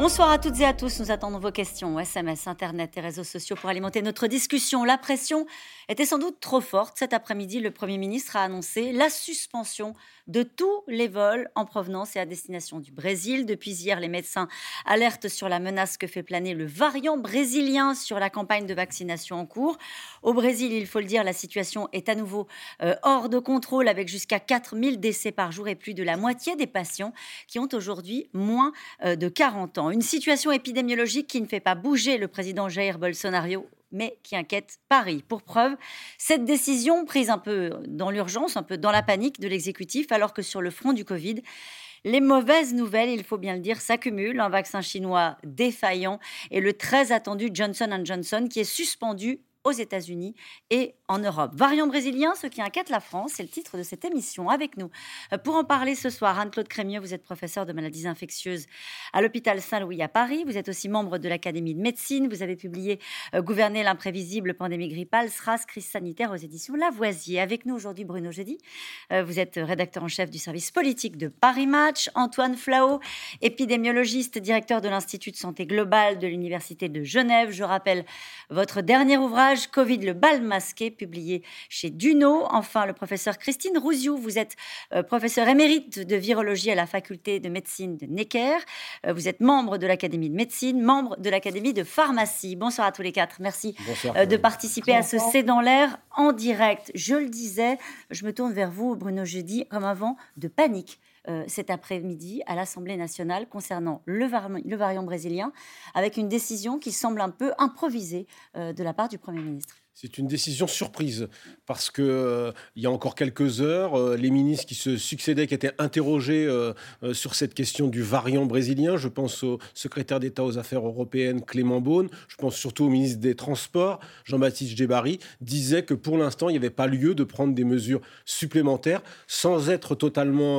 Bonsoir à toutes et à tous. Nous attendons vos questions, SMS, Internet et réseaux sociaux pour alimenter notre discussion. La pression était sans doute trop forte. Cet après-midi, le Premier ministre a annoncé la suspension de tous les vols en provenance et à destination du Brésil. Depuis hier, les médecins alertent sur la menace que fait planer le variant brésilien sur la campagne de vaccination en cours. Au Brésil, il faut le dire, la situation est à nouveau hors de contrôle avec jusqu'à 4000 décès par jour et plus de la moitié des patients qui ont aujourd'hui moins de 40 ans. Une situation épidémiologique qui ne fait pas bouger le président Jair Bolsonaro, mais qui inquiète Paris. Pour preuve, cette décision prise un peu dans l'urgence, un peu dans la panique de l'exécutif, alors que sur le front du Covid, les mauvaises nouvelles, il faut bien le dire, s'accumulent. Un vaccin chinois défaillant et le très attendu Johnson & Johnson qui est suspendu aux États-Unis et en Europe. Variant brésilien, ce qui inquiète la France, c'est le titre de cette émission. Avec nous, pour en parler ce soir, Anne-Claude Crémieux, vous êtes professeur de maladies infectieuses à l'hôpital Saint-Louis à Paris. Vous êtes aussi membre de l'Académie de médecine. Vous avez publié Gouverner l'imprévisible, pandémie grippale, SRAS, crise sanitaire aux éditions Lavoisier. Avec nous aujourd'hui, Bruno Jeudi. Vous êtes rédacteur en chef du service politique de Paris Match. Antoine Flao, épidémiologiste, directeur de l'Institut de santé globale de l'Université de Genève. Je rappelle votre dernier ouvrage, Covid, le bal masqué, publié chez Duno. Enfin, le professeur Christine Rouziou, vous êtes professeur émérite de virologie à la faculté de médecine de Necker. Vous êtes membre de l'Académie de médecine, membre de l'Académie de pharmacie. Bonsoir à tous les quatre. Merci de participer à ce C'est dans l'air en direct. Je le disais, je me tourne vers vous, Bruno Jeudi, comme un vent de panique cet après-midi à l'Assemblée nationale concernant le variant brésilien, avec une décision qui semble un peu improvisée de la part du Premier ministre. C'est une décision surprise parce que il y a encore quelques heures, les ministres qui se succédaient, qui étaient interrogés sur cette question du variant brésilien, je pense au secrétaire d'État aux Affaires européennes Clément Beaune, je pense surtout au ministre des Transports Jean-Baptiste Djebbari, disaient que pour l'instant, il n'y avait pas lieu de prendre des mesures supplémentaires sans être totalement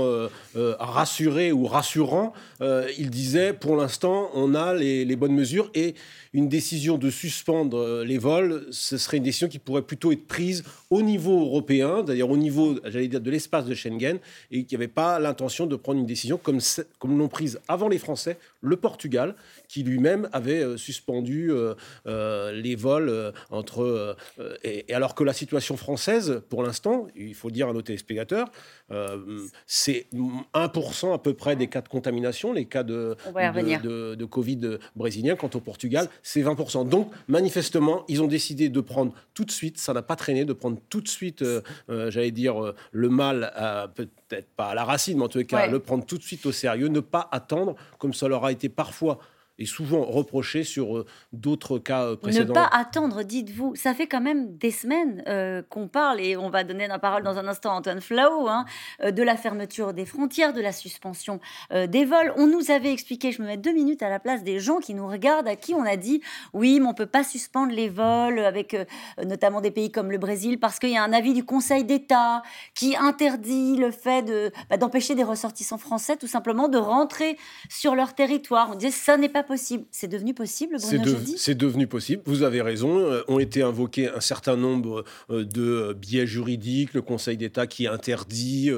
rassuré ou rassurant. Il disait, pour l'instant, on a les bonnes mesures et une décision de suspendre les vols, ce serait une décision qui pourrait plutôt être prise au niveau européen, d'ailleurs au niveau, j'allais dire, de l'espace de Schengen, et qui n'avait pas l'intention de prendre une décision comme l'ont prise avant les Français, le Portugal, qui lui-même avait suspendu les vols et alors que la situation française, pour l'instant, il faut dire à nos téléspectateurs, c'est 1% à peu près des cas de contamination, les cas de Covid brésilien. Quant au Portugal, c'est 20%. Donc, manifestement, ils ont décidé de prendre tout de suite, ça n'a pas traîné, de prendre tout de suite, le mal, peut-être pas à la racine, mais en tout cas, le prendre tout de suite au sérieux, ne pas attendre, comme ça leur a été parfois et souvent reproché sur d'autres cas précédents. Ne pas attendre, dites-vous. Ça fait quand même des semaines qu'on parle, et on va donner la parole dans un instant à Antoine Flao, de la fermeture des frontières, de la suspension des vols. On nous avait expliqué, je me mets 2 minutes à la place des gens qui nous regardent, à qui on a dit « oui, mais on ne peut pas suspendre les vols avec notamment des pays comme le Brésil parce qu'il y a un avis du Conseil d'État qui interdit le fait d'empêcher des ressortissants français tout simplement de rentrer sur leur territoire ». On disait « ça n'est pas possible ». C'est devenu possible, Bruno Jeudi ? C'est devenu possible, vous avez raison. Ont été invoqués un certain nombre de biais juridiques, le Conseil d'État qui interdit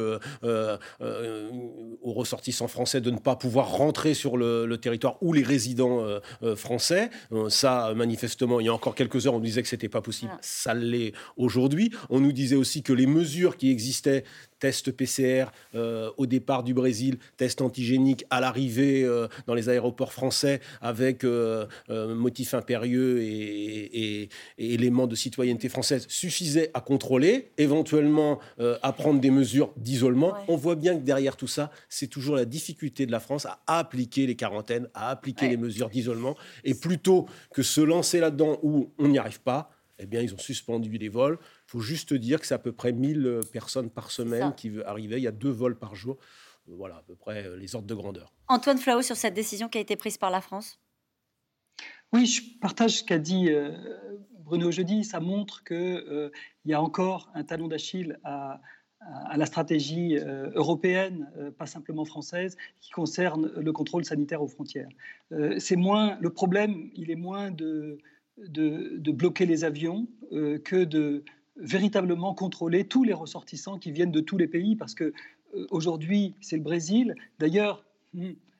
aux ressortissants français de ne pas pouvoir rentrer sur le territoire ou les résidents français. Ça, manifestement, il y a encore quelques heures, on disait que ce n'était pas possible. Voilà. Ça l'est aujourd'hui. On nous disait aussi que les mesures qui existaient, test PCR au départ du Brésil, test antigénique à l'arrivée dans les aéroports français avec motif impérieux et éléments de citoyenneté française suffisaient à contrôler, éventuellement à prendre des mesures d'isolement. Ouais. On voit bien que derrière tout ça, c'est toujours la difficulté de la France à appliquer les quarantaines, à appliquer les mesures d'isolement. Et plutôt que se lancer là-dedans où on n'y arrive pas, eh bien, ils ont suspendu les vols. Il faut juste dire que c'est à peu près 1000 personnes par semaine qui arrivaient. Il y a 2 vols par jour. Voilà, à peu près les ordres de grandeur. Antoine Flao, sur cette décision qui a été prise par la France ? Oui, je partage ce qu'a dit Bruno Jeudi. Ça montre qu'il y a encore un talon d'Achille à la stratégie européenne, pas simplement française, qui concerne le contrôle sanitaire aux frontières. Le problème, il est moins de bloquer les avions que de véritablement contrôler tous les ressortissants qui viennent de tous les pays, parce que aujourd'hui, c'est le Brésil. D'ailleurs,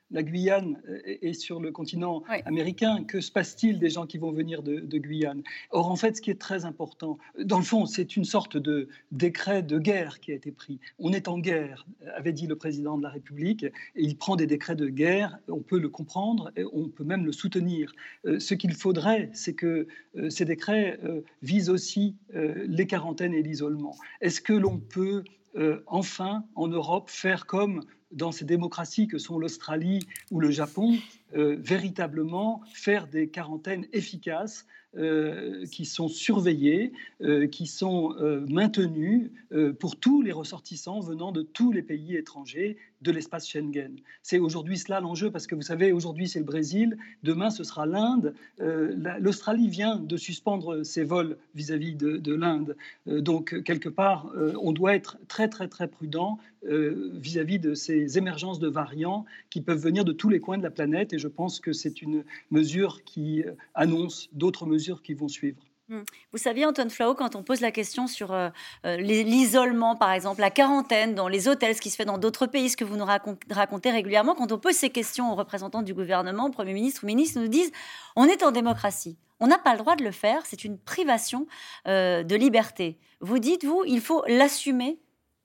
la Guyane est sur le continent Oui. américain. Que se passe-t-il des gens qui vont venir de Guyane? Or, en fait, ce qui est très important, dans le fond, c'est une sorte de décret de guerre qui a été pris. On est en guerre, avait dit le président de la République, et il prend des décrets de guerre. On peut le comprendre, et on peut même le soutenir. Ce qu'il faudrait, c'est que ces décrets visent aussi les quarantaines et l'isolement. Est-ce que l'on peut enfin, en Europe, faire comme dans ces démocraties que sont l'Australie ou le Japon, véritablement faire des quarantaines efficaces qui sont surveillées, qui sont maintenues pour tous les ressortissants venant de tous les pays étrangers de l'espace Schengen. C'est aujourd'hui cela l'enjeu, parce que vous savez, aujourd'hui c'est le Brésil, demain ce sera l'Inde. L'Australie vient de suspendre ses vols vis-à-vis de l'Inde. Donc, quelque part, on doit être très, très, très prudent vis-à-vis de ces émergences de variants qui peuvent venir de tous les coins de la planète. Et je pense que c'est une mesure qui annonce d'autres mesures qui vont suivre. Vous saviez, Antoine Flahault, quand on pose la question sur l'isolement, par exemple, la quarantaine dans les hôtels, ce qui se fait dans d'autres pays, ce que vous nous racontez régulièrement, quand on pose ces questions aux représentants du gouvernement, au Premier ministre ou ministre, ils nous disent « on est en démocratie, on n'a pas le droit de le faire, c'est une privation de liberté ». Vous dites, vous, il faut l'assumer?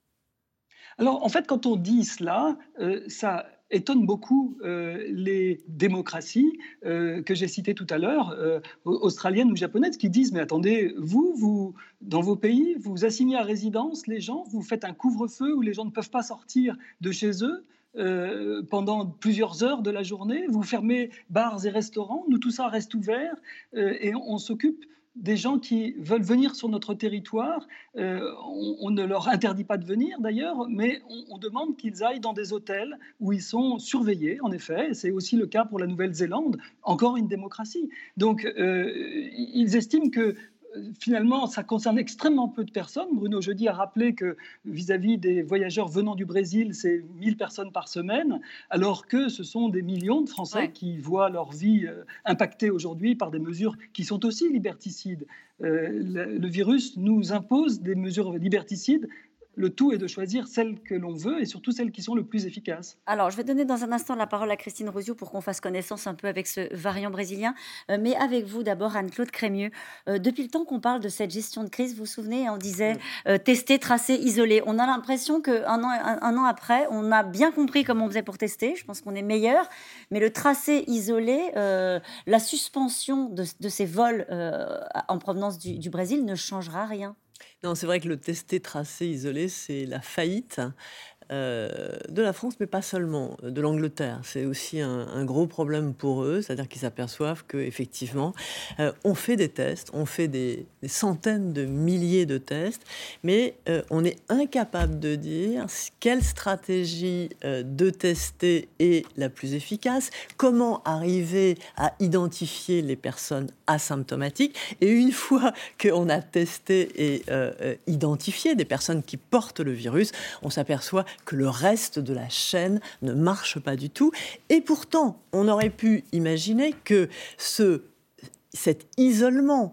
Alors, en fait, quand on dit cela, ça étonne beaucoup les démocraties que j'ai citées tout à l'heure, australiennes ou japonaises, qui disent « mais attendez, vous, dans vos pays, vous assignez à résidence les gens, vous faites un couvre-feu où les gens ne peuvent pas sortir de chez eux pendant plusieurs heures de la journée, vous fermez bars et restaurants, nous tout ça reste ouvert et on s'occupe des gens qui veulent venir sur notre territoire. On ne leur interdit pas de venir d'ailleurs, mais on demande qu'ils aillent dans des hôtels où ils sont surveillés, en effet. C'est aussi le cas pour la Nouvelle-Zélande, encore une démocratie. Donc, ils estiment que finalement, ça concerne extrêmement peu de personnes. Bruno Jeudi a rappelé que vis-à-vis des voyageurs venant du Brésil, c'est 1000 personnes par semaine, alors que ce sont des millions de Français qui voient leur vie impactée aujourd'hui par des mesures qui sont aussi liberticides. Le virus nous impose des mesures liberticides. Le tout est de choisir celles que l'on veut et surtout celles qui sont le plus efficaces. Alors, je vais donner dans un instant la parole à Christine Rosiou pour qu'on fasse connaissance un peu avec ce variant brésilien. Mais avec vous d'abord, Anne-Claude Crémieux. Depuis le temps qu'on parle de cette gestion de crise, vous vous souvenez, on disait tester, tracer, isoler. On a l'impression qu'un an après, on a bien compris comment on faisait pour tester. Je pense qu'on est meilleur. Mais le tracer, isoler, la suspension de ces vols en provenance du Brésil ne changera rien. Non, c'est vrai que le tester, tracer, isoler, c'est la faillite de la France, mais pas seulement, de l'Angleterre. C'est aussi un gros problème pour eux, c'est-à-dire qu'ils s'aperçoivent qu'effectivement, on fait des tests, on fait des centaines de milliers de tests, mais on est incapable de dire quelle stratégie de tester est la plus efficace, comment arriver à identifier les personnes asymptomatiques, et une fois qu'on a testé et identifié des personnes qui portent le virus, on s'aperçoit que le reste de la chaîne ne marche pas du tout. Et pourtant, on aurait pu imaginer que cet isolement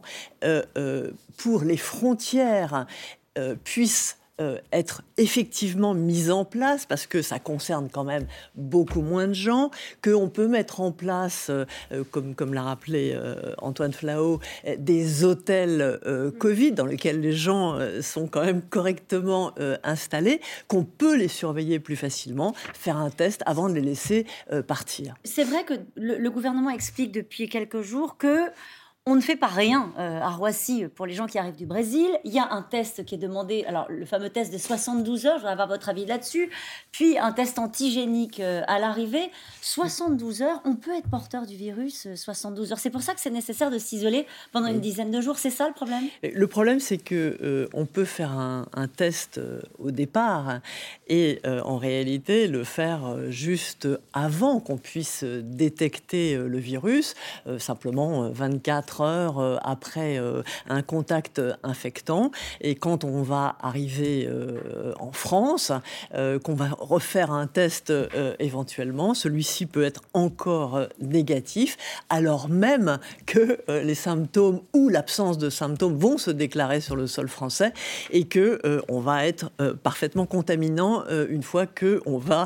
pour les frontières puisse être effectivement mise en place, parce que ça concerne quand même beaucoup moins de gens, qu'on peut mettre en place, comme l'a rappelé Antoine Flahault, des hôtels Covid dans lesquels les gens sont quand même correctement installés, qu'on peut les surveiller plus facilement, faire un test avant de les laisser partir. C'est vrai que le gouvernement explique depuis quelques jours que on ne fait pas rien à Roissy pour les gens qui arrivent du Brésil. Il y a un test qui est demandé, alors le fameux test de 72 heures, je voudrais avoir votre avis là-dessus, puis un test antigénique à l'arrivée. 72 heures, on peut être porteur du virus 72 heures. C'est pour ça que c'est nécessaire de s'isoler pendant une dizaine de jours. C'est ça le problème ? Le problème, c'est que on peut faire un test au départ et en réalité le faire juste avant qu'on puisse détecter le virus, simplement 24 24 heures après un contact infectant. Et quand on va arriver en France, qu'on va refaire un test éventuellement, celui-ci peut être encore négatif, alors même que les symptômes ou l'absence de symptômes vont se déclarer sur le sol français et que on va être parfaitement contaminant une fois que on va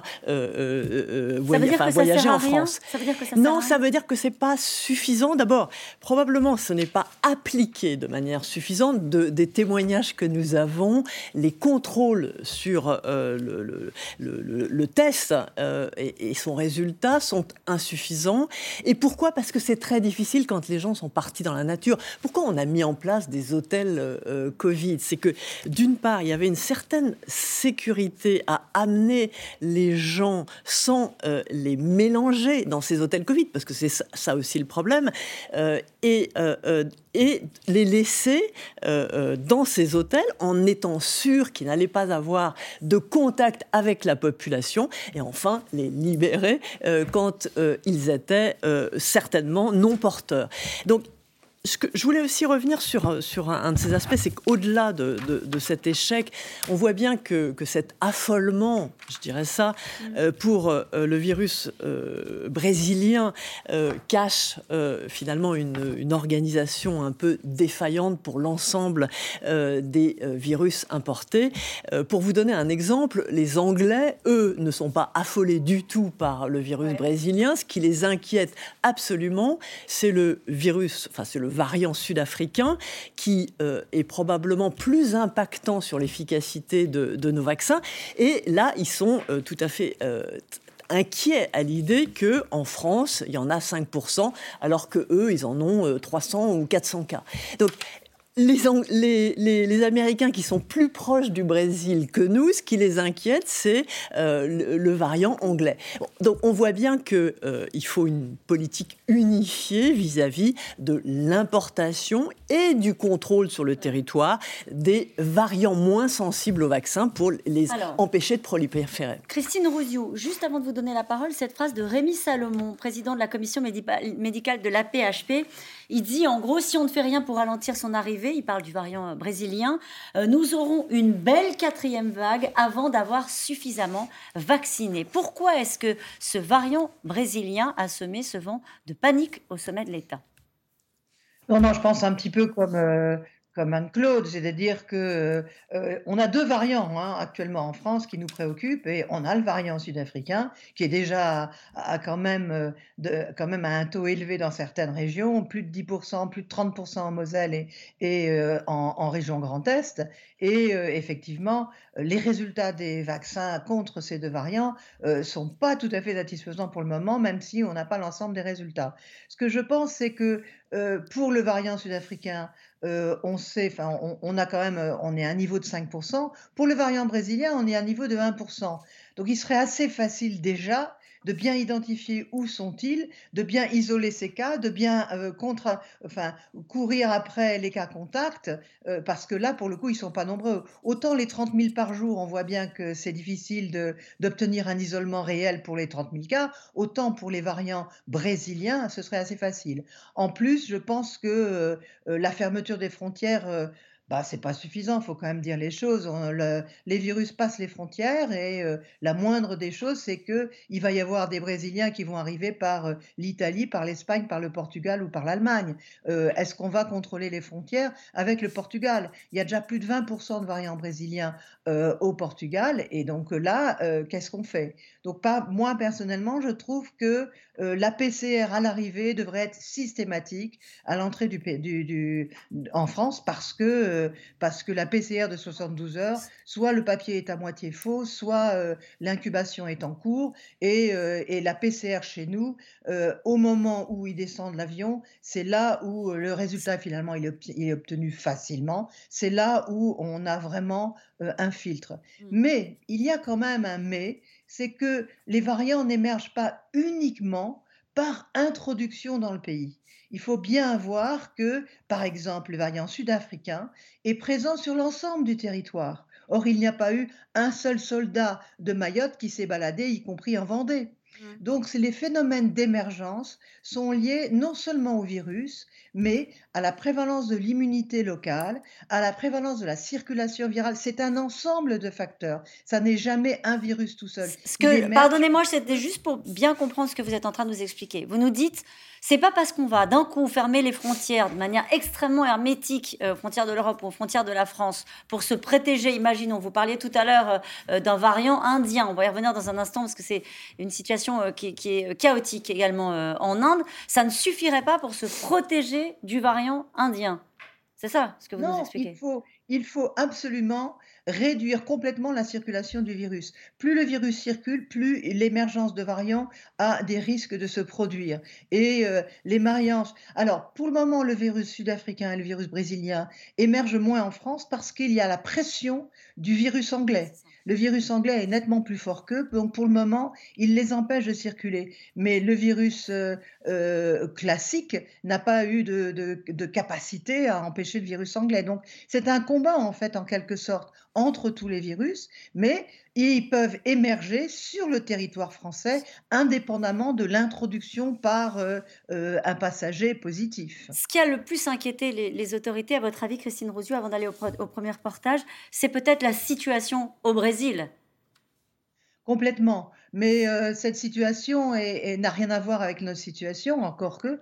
voyager en France. Ça veut dire que ça Non, sert à ça veut dire que c'est pas suffisant. D'abord, probablement, ce n'est pas appliqué de manière suffisante. Des témoignages que nous avons, les contrôles sur le test et son résultat sont insuffisants. Et pourquoi ? Parce que c'est très difficile quand les gens sont partis dans la nature. Pourquoi on a mis en place des hôtels Covid ? C'est que, d'une part, il y avait une certaine sécurité à amener les gens sans les mélanger dans ces hôtels Covid, parce que c'est ça aussi le problème, et les laisser dans ces hôtels en étant sûrs qu'ils n'allaient pas avoir de contact avec la population, et enfin les libérer quand ils étaient certainement non porteurs. Donc, je voulais aussi revenir sur un de ces aspects, c'est qu'au-delà de cet échec, on voit bien que cet affolement, je dirais ça, pour le virus brésilien cache finalement une organisation un peu défaillante pour l'ensemble des virus importés. Pour vous donner un exemple, les Anglais, eux, ne sont pas affolés du tout par le virus brésilien. Ce qui les inquiète absolument, c'est le virus, enfin c'est le variant sud-africain qui est probablement plus impactant sur l'efficacité de nos vaccins. Et là, ils sont tout à fait inquiets à l'idée qu'en France, il y en a 5%, alors qu'eux, ils en ont 300 ou 400 cas. Donc, les Américains qui sont plus proches du Brésil que nous, ce qui les inquiète, c'est le variant anglais. Bon, donc on voit bien qu'il faut une politique unifiée vis-à-vis de l'importation et du contrôle sur le territoire des variants moins sensibles au vaccin pour les empêcher de proliférer. Christine Rouziou, juste avant de vous donner la parole, cette phrase de Rémi Salomon, président de la commission médicale de l'AP-HP, il dit en gros, si on ne fait rien pour ralentir son arrivée, il parle du variant brésilien, nous aurons une belle 4e vague avant d'avoir suffisamment vacciné. Pourquoi est-ce que ce variant brésilien a semé ce vent de panique au sommet de l'État ? Non, je pense un petit peu comme Anne-Claude, c'est-à-dire que on a 2 variants actuellement en France qui nous préoccupent, et on a le variant sud-africain qui est déjà à quand même à un taux élevé dans certaines régions, plus de 10%, plus de 30% en Moselle et en région Grand Est. Et effectivement, les résultats des vaccins contre ces 2 variants sont pas tout à fait satisfaisants pour le moment, même si on n'a pas l'ensemble des résultats. Ce que je pense, c'est que pour le variant sud-africain, on sait, enfin, on a quand même, on est à un niveau de 5%. Pour le variant brésilien, on est à un niveau de 1%. Donc, il serait assez facile déjà de bien identifier où sont-ils, de bien isoler ces cas, de bien courir après les cas contacts, parce que là, pour le coup, ils ne sont pas nombreux. Autant les 30 000 par jour, on voit bien que c'est difficile d'obtenir un isolement réel pour les 30 000 cas, autant pour les variants brésiliens, ce serait assez facile. En plus, je pense que la fermeture des frontières, c'est pas suffisant, il faut quand même dire les choses. Les virus passent les frontières et la moindre des choses, c'est qu'il va y avoir des Brésiliens qui vont arriver par l'Italie, par l'Espagne, par le Portugal ou par l'Allemagne. Est-ce qu'on va contrôler les frontières avec le Portugal ? Il y a déjà plus de 20% de variants brésiliens au Portugal, et donc là, qu'est-ce qu'on fait ? Donc moi, personnellement, je trouve que la PCR à l'arrivée devrait être systématique à l'entrée en France, parce que la PCR de 72 heures, soit le papier est à moitié faux, soit l'incubation est en cours, et la PCR chez nous, au moment où ils descendent de l'avion, c'est là où le résultat finalement il est obtenu facilement, c'est là où on a vraiment un filtre. Mais il y a quand même un mais, c'est que les variants n'émergent pas uniquement par introduction dans le pays. Il faut bien voir que, par exemple, le variant sud-africain est présent sur l'ensemble du territoire. Or, il n'y a pas eu un seul soldat de Mayotte qui s'est baladé, y compris en Vendée. Donc, les phénomènes d'émergence sont liés non seulement au virus, mais à la prévalence de l'immunité locale, à la prévalence de la circulation virale. C'est un ensemble de facteurs. Ça n'est jamais un virus tout seul. Pardonnez-moi, c'était juste pour bien comprendre ce que vous êtes en train de nous expliquer. Vous nous dites, c'est pas parce qu'on va d'un coup fermer les frontières de manière extrêmement hermétique, aux frontières de l'Europe ou aux frontières de la France, pour se protéger, imaginons, vous parliez tout à l'heure d'un variant indien, on va y revenir dans un instant parce que c'est une situation qui est chaotique également en Inde, ça ne suffirait pas pour se protéger du variant indien. C'est ça ce que vous nous expliquez. Il faut absolument réduire complètement la circulation du virus. Plus le virus circule, plus l'émergence de variants a des risques de se produire. Et les variants... Alors, pour le moment, le virus sud-africain et le virus brésilien émergent moins en France parce qu'il y a la pression du virus anglais. Le virus anglais est nettement plus fort qu'eux, donc pour le moment, il les empêche de circuler. Mais le virus classique n'a pas eu de capacité à empêcher le virus anglais. Donc c'est un combat, en fait, en quelque sorte, entre tous les virus, mais ils peuvent émerger sur le territoire français indépendamment de l'introduction par un passager positif. Ce qui a le plus inquiété les autorités, à votre avis, Christine Rosieux, avant d'aller au premier reportage, c'est peut-être la situation au Brésil. Complètement. Mais cette situation n'a rien à voir avec notre situation, encore que.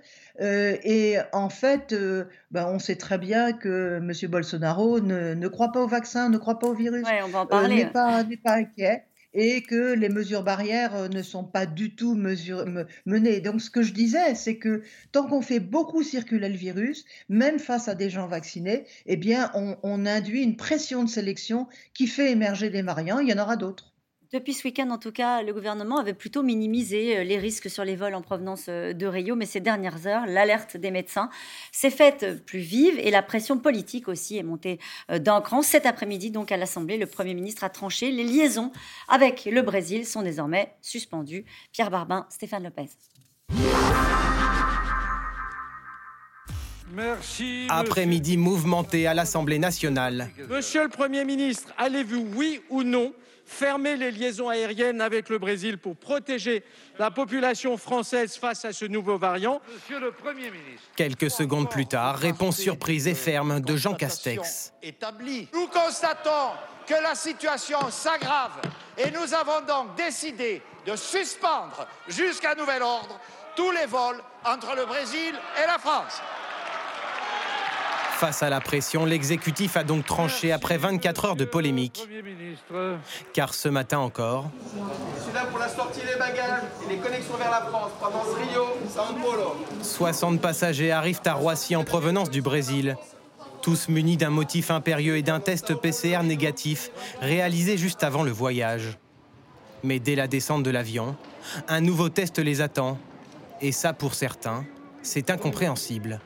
Et en fait, on sait très bien que M. Bolsonaro ne croit pas au vaccin, ne croit pas au virus, on va en parler. N'est pas inquiet, et que les mesures barrières ne sont pas du tout menées. Donc, ce que je disais, c'est que tant qu'on fait beaucoup circuler le virus, même face à des gens vaccinés, eh bien, on induit une pression de sélection qui fait émerger des variants. Il y en aura d'autres. Depuis ce week-end, en tout cas, le gouvernement avait plutôt minimisé les risques sur les vols en provenance de Rio, mais ces dernières heures, l'alerte des médecins s'est faite plus vive et la pression politique aussi est montée d'un cran. Cet après-midi, donc à l'Assemblée, le Premier ministre a tranché. Les liaisons avec le Brésil sont désormais suspendues. Pierre Barbin, Stéphane Lopez. Merci. Après-midi mouvementé à l'Assemblée nationale. Monsieur le Premier ministre, allez-vous, oui ou non, fermer les liaisons aériennes avec le Brésil pour protéger la population française face à ce nouveau variant? Monsieur le Premier ministre. Quelques secondes plus tard, réponse surprise et ferme de Jean Castex. Nous constatons que la situation s'aggrave et nous avons donc décidé de suspendre jusqu'à nouvel ordre tous les vols entre le Brésil et la France. Face à la pression, l'exécutif a donc tranché après 24 heures de polémique. Car ce matin encore... Je suis là pour la sortie des bagages et les connexions vers la France, pendant Rio, São Paulo. 60 passagers arrivent à Roissy en provenance du Brésil. Tous munis d'un motif impérieux et d'un test PCR négatif, réalisé juste avant le voyage. Mais dès la descente de l'avion, un nouveau test les attend. Et ça, pour certains, c'est incompréhensible.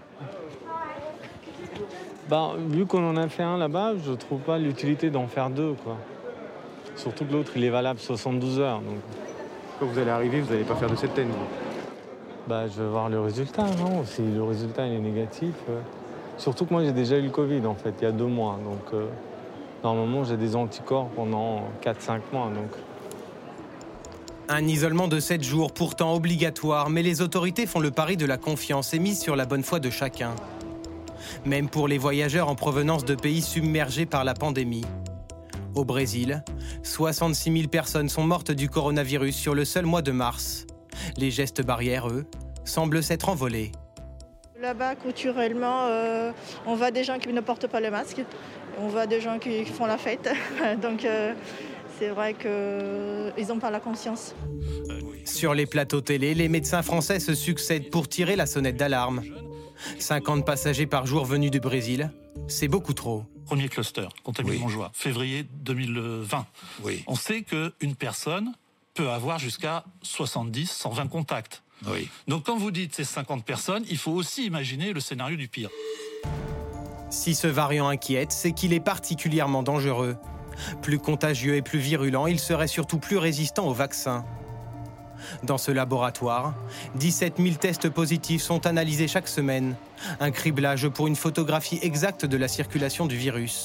Vu qu'on en a fait un là-bas, je trouve pas l'utilité d'en faire deux, quoi. Surtout que l'autre, il est valable 72 heures. Donc... Quand vous allez arriver, vous n'allez pas faire de septaine, vous. Je vais voir le résultat, non? Si le résultat il est négatif... Surtout que moi, j'ai déjà eu le Covid, en fait, il y a 2 mois. Donc, normalement, j'ai des anticorps pendant 4-5 mois, donc... Un isolement de 7 jours, pourtant obligatoire, mais les autorités font le pari de la confiance et misent sur la bonne foi de chacun. Même pour les voyageurs en provenance de pays submergés par la pandémie. Au Brésil, 66 000 personnes sont mortes du coronavirus sur le seul mois de mars. Les gestes barrières, eux, semblent s'être envolés. Là-bas, culturellement, on voit des gens qui ne portent pas le masque, on voit des gens qui font la fête. Donc, c'est vrai qu'ils n'ont pas la conscience. Sur les plateaux télé, les médecins français se succèdent pour tirer la sonnette d'alarme. 50 passagers par jour venus du Brésil, c'est beaucoup trop. Premier cluster, contamination Montjoie, février 2020. Oui. On sait qu'une personne peut avoir jusqu'à 70, 120 contacts. Oui. Donc quand vous dites ces 50 personnes, il faut aussi imaginer le scénario du pire. Si ce variant inquiète, c'est qu'il est particulièrement dangereux. Plus contagieux et plus virulent, il serait surtout plus résistant au vaccin. Dans ce laboratoire, 17 000 tests positifs sont analysés chaque semaine. Un criblage pour une photographie exacte de la circulation du virus.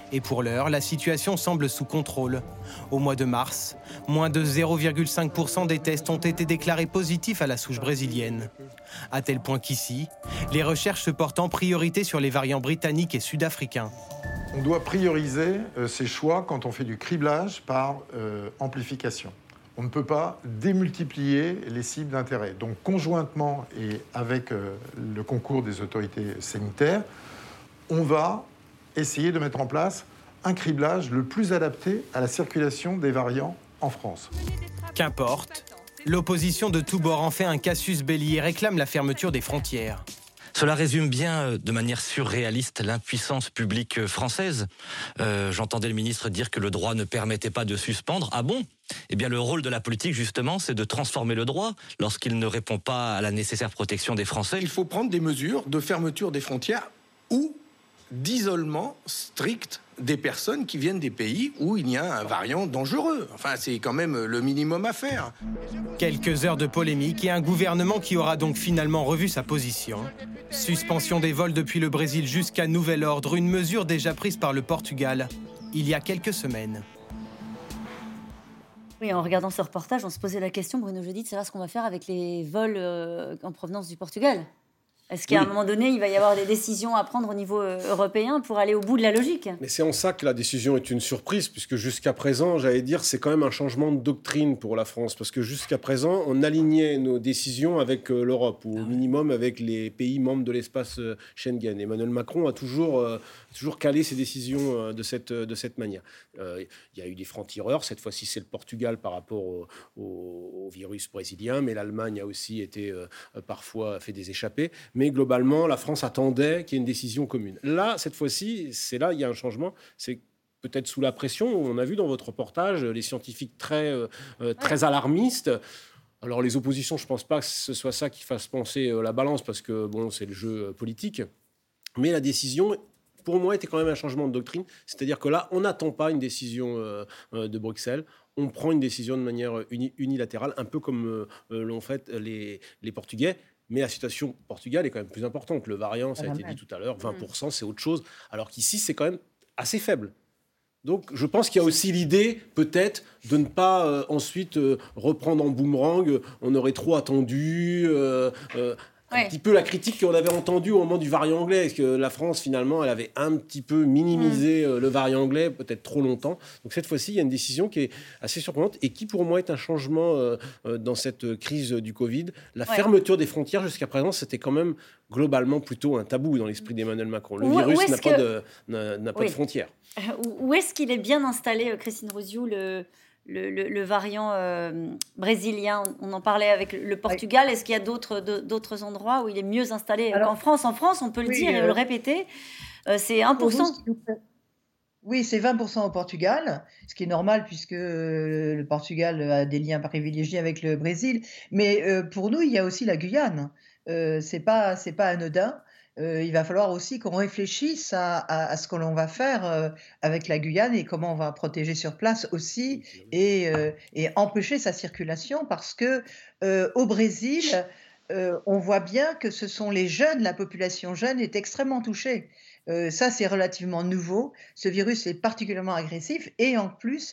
Et pour l'heure, la situation semble sous contrôle. Au mois de mars, moins de 0,5% des tests ont été déclarés positifs à la souche brésilienne. À tel point qu'ici, les recherches se portent en priorité sur les variants britanniques et sud-africains. On doit prioriser ces choix quand on fait du criblage par amplification. On ne peut pas démultiplier les cibles d'intérêt. Donc conjointement et avec le concours des autorités sanitaires, on va essayer de mettre en place un criblage le plus adapté à la circulation des variants en France. Qu'importe, l'opposition de tous bords en fait un casus belli et réclame la fermeture des frontières. Cela résume bien, de manière surréaliste, l'impuissance publique française. J'entendais le ministre dire que le droit ne permettait pas de suspendre. Ah bon ? Eh bien, le rôle de la politique, justement, c'est de transformer le droit lorsqu'il ne répond pas à la nécessaire protection des Français. Il faut prendre des mesures de fermeture des frontières ou d'isolement strict des personnes qui viennent des pays où il y a un variant dangereux. Enfin, c'est quand même le minimum à faire. Quelques heures de polémique et un gouvernement qui aura donc finalement revu sa position. Suspension des vols depuis le Brésil jusqu'à nouvel ordre, une mesure déjà prise par le Portugal il y a quelques semaines. Oui, en regardant ce reportage, on se posait la question, Bruno Jeudi, de savoir ce qu'on va faire avec les vols en provenance du Portugal. Est-ce qu'à un moment donné, il va y avoir des décisions à prendre au niveau européen pour aller au bout de la logique ? Mais c'est en ça que la décision est une surprise, puisque jusqu'à présent, j'allais dire, c'est quand même un changement de doctrine pour la France, parce que jusqu'à présent, on alignait nos décisions avec l'Europe, ou au minimum avec les pays membres de l'espace Schengen. Emmanuel Macron a toujours calé ses décisions de cette manière. Il y a eu des francs-tireurs, cette fois-ci c'est le Portugal par rapport au virus brésilien, mais l'Allemagne a aussi été parfois fait des échappées. Mais globalement, la France attendait qu'il y ait une décision commune. Là, cette fois-ci, c'est là il y a un changement. C'est peut-être sous la pression. On a vu dans votre reportage les scientifiques très alarmistes. Alors les oppositions, je ne pense pas que ce soit ça qui fasse penser la balance, parce que bon, c'est le jeu politique. Mais la décision, pour moi, était quand même un changement de doctrine. C'est-à-dire que là, on n'attend pas une décision de Bruxelles. On prend une décision de manière unilatérale, un peu comme l'ont fait les Portugais. Mais la situation au Portugal est quand même plus importante. Le variant, ça a été dit tout à l'heure, 20%, c'est autre chose. Alors qu'ici, c'est quand même assez faible. Donc, je pense qu'il y a aussi l'idée, peut-être, de ne pas ensuite reprendre en boomerang. On aurait trop attendu. Un petit peu la critique qu'on avait entendue au moment du variant anglais. Parce que la France, finalement, elle avait un petit peu minimisé le variant anglais, peut-être trop longtemps. Donc cette fois-ci, il y a une décision qui est assez surprenante et qui, pour moi, est un changement dans cette crise du Covid. La fermeture des frontières, jusqu'à présent, c'était quand même globalement plutôt un tabou dans l'esprit d'Emmanuel Macron. Le virus n'a pas de frontières. Où est-ce qu'il est bien installé, Christine Rosiou, le variant brésilien? On en parlait avec le Portugal. Oui. Est-ce qu'il y a d'autres endroits où il est mieux installé qu'en France? En France, on peut le dire et le répéter, c'est 1%. Oui, c'est 20% au Portugal, ce qui est normal puisque le Portugal a des liens privilégiés avec le Brésil. Mais pour nous, il y a aussi la Guyane. C'est pas anodin. Il va falloir aussi qu'on réfléchisse à ce que l'on va faire avec la Guyane et comment on va protéger sur place aussi et empêcher sa circulation parce que au Brésil, on voit bien que ce sont les jeunes, la population jeune est extrêmement touchée. Ça, c'est relativement nouveau. Ce virus est particulièrement agressif et en plus,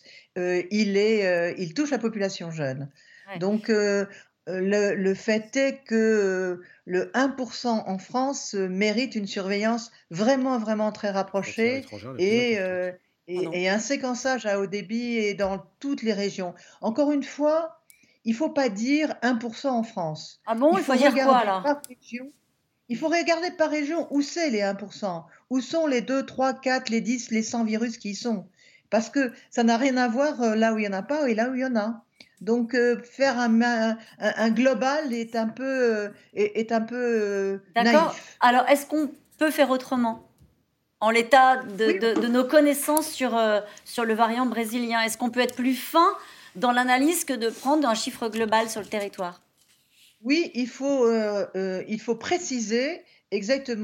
il touche la population jeune. Ouais. Donc, le fait est que le 1% en France mérite une surveillance vraiment, vraiment très rapprochée et un séquençage à haut débit et dans toutes les régions. Encore une fois, il ne faut pas dire 1% en France. Ah bon, il faut dire quoi là ? Il faut regarder par région où c'est les 1%, où sont les 2, 3, 4, les 10, les 100 virus qui y sont. Parce que ça n'a rien à voir là où il n'y en a pas et là où il y en a. Donc, faire un global est un peu D'accord. Naïf. Alors, est-ce qu'on peut faire autrement en l'état de nos connaissances sur le variant brésilien? Est-ce qu'on peut être plus fin dans l'analyse que de prendre un chiffre global sur le territoire? Oui, il faut préciser exactement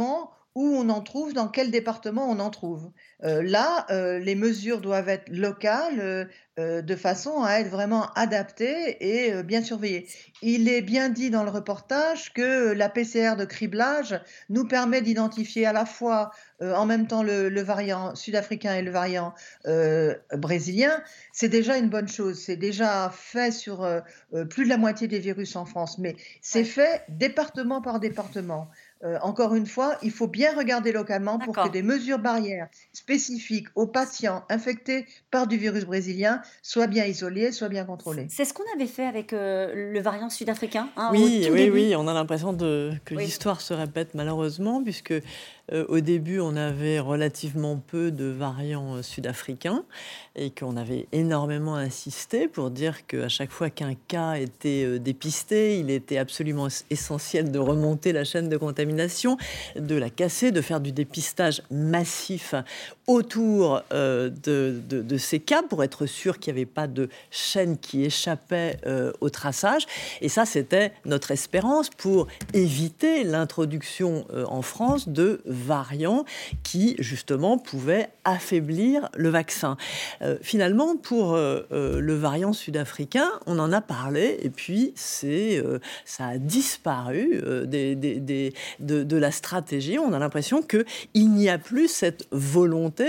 où on en trouve, dans quel département on en trouve. Là, les mesures doivent être locales, de façon à être vraiment adaptées et bien surveillées. Il est bien dit dans le reportage que la PCR de criblage nous permet d'identifier à la fois, en même temps le variant sud-africain et le variant, brésilien. C'est déjà une bonne chose. C'est déjà fait sur, plus de la moitié des virus en France, mais c'est fait département par département. Encore une fois, il faut bien regarder localement pour que des mesures barrières spécifiques aux patients infectés par du virus brésilien soient bien isolées, soient bien contrôlées. C'est ce qu'on avait fait avec le variant sud-africain, hein, au Oui, tout oui, début. oui, on a l'impression que l'histoire se répète malheureusement, puisque au début, on avait relativement peu de variants sud-africains et qu'on avait énormément insisté pour dire qu'à chaque fois qu'un cas était dépisté, il était absolument essentiel de remonter la chaîne de contamination, de la casser, de faire du dépistage massif autour de ces cas pour être sûr qu'il n'y avait pas de chaîne qui échappait au traçage. Et ça, c'était notre espérance pour éviter l'introduction en France de variants qui, justement, pouvaient affaiblir le vaccin. Finalement, pour le variant sud-africain, on en a parlé et puis ça a disparu de la stratégie. On a l'impression qu'il n'y a plus cette volonté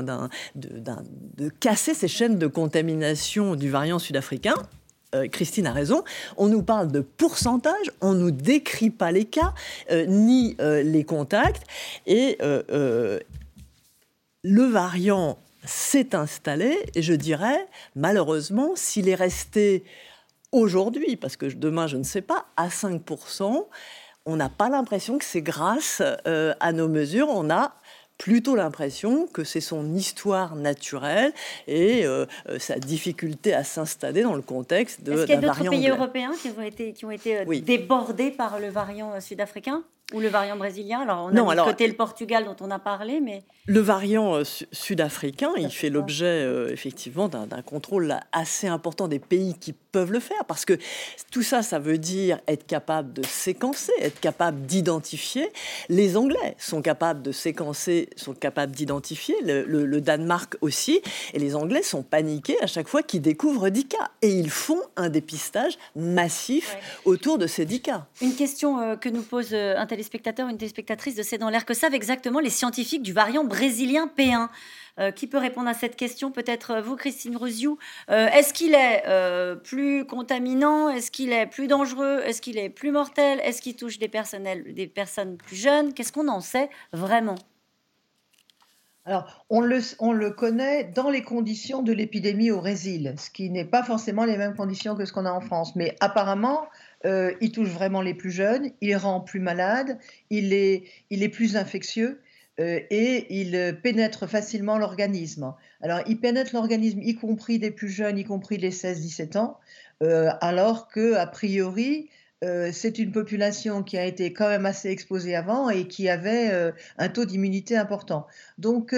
de casser ces chaînes de contamination du variant sudafricain. Christine a raison, on nous parle de pourcentage, on ne nous décrit pas les cas, ni les contacts, et le variant s'est installé, et je dirais, malheureusement, s'il est resté aujourd'hui, parce que demain, je ne sais pas, à 5%, on n'a pas l'impression que c'est grâce à nos mesures, on a plutôt l'impression que c'est son histoire naturelle et sa difficulté à s'installer dans le contexte d'un variant anglais. Est-ce qu'il y a d'autres pays européens qui ont été débordés par le variant sud-africain ou le variant brésilien? Alors, on a mis de côté le Portugal dont on a parlé, mais... Le variant sud-africain, il fait l'objet effectivement d'un contrôle assez important des pays qui peuvent le faire, parce que tout ça, ça veut dire être capable de séquencer, être capable d'identifier. Les Anglais sont capables de séquencer, sont capables d'identifier, le Danemark aussi, et les Anglais sont paniqués à chaque fois qu'ils découvrent 10 cas. Et ils font un dépistage massif autour de ces 10 cas. Une question que nous pose un téléspectateur, une téléspectatrice de C'est dans l'air. Que savent exactement les scientifiques du variant brésilien P1 ? Qui peut répondre à cette question? Peut-être vous, Christine Ruzioux. Est-ce qu'il est plus contaminant? Est-ce qu'il est plus dangereux? Est-ce qu'il est plus mortel? Est-ce qu'il touche des personnes plus jeunes? Qu'est-ce qu'on en sait vraiment? Alors, on le connaît dans les conditions de l'épidémie au Brésil, ce qui n'est pas forcément les mêmes conditions que ce qu'on a en France. Mais apparemment, il touche vraiment les plus jeunes, il rend plus malade, il est plus infectieux. Et il pénètre facilement l'organisme. Alors, il pénètre l'organisme, y compris des plus jeunes, y compris les 16-17 ans, alors qu'a priori, c'est une population qui a été quand même assez exposée avant et qui avait un taux d'immunité important. Donc,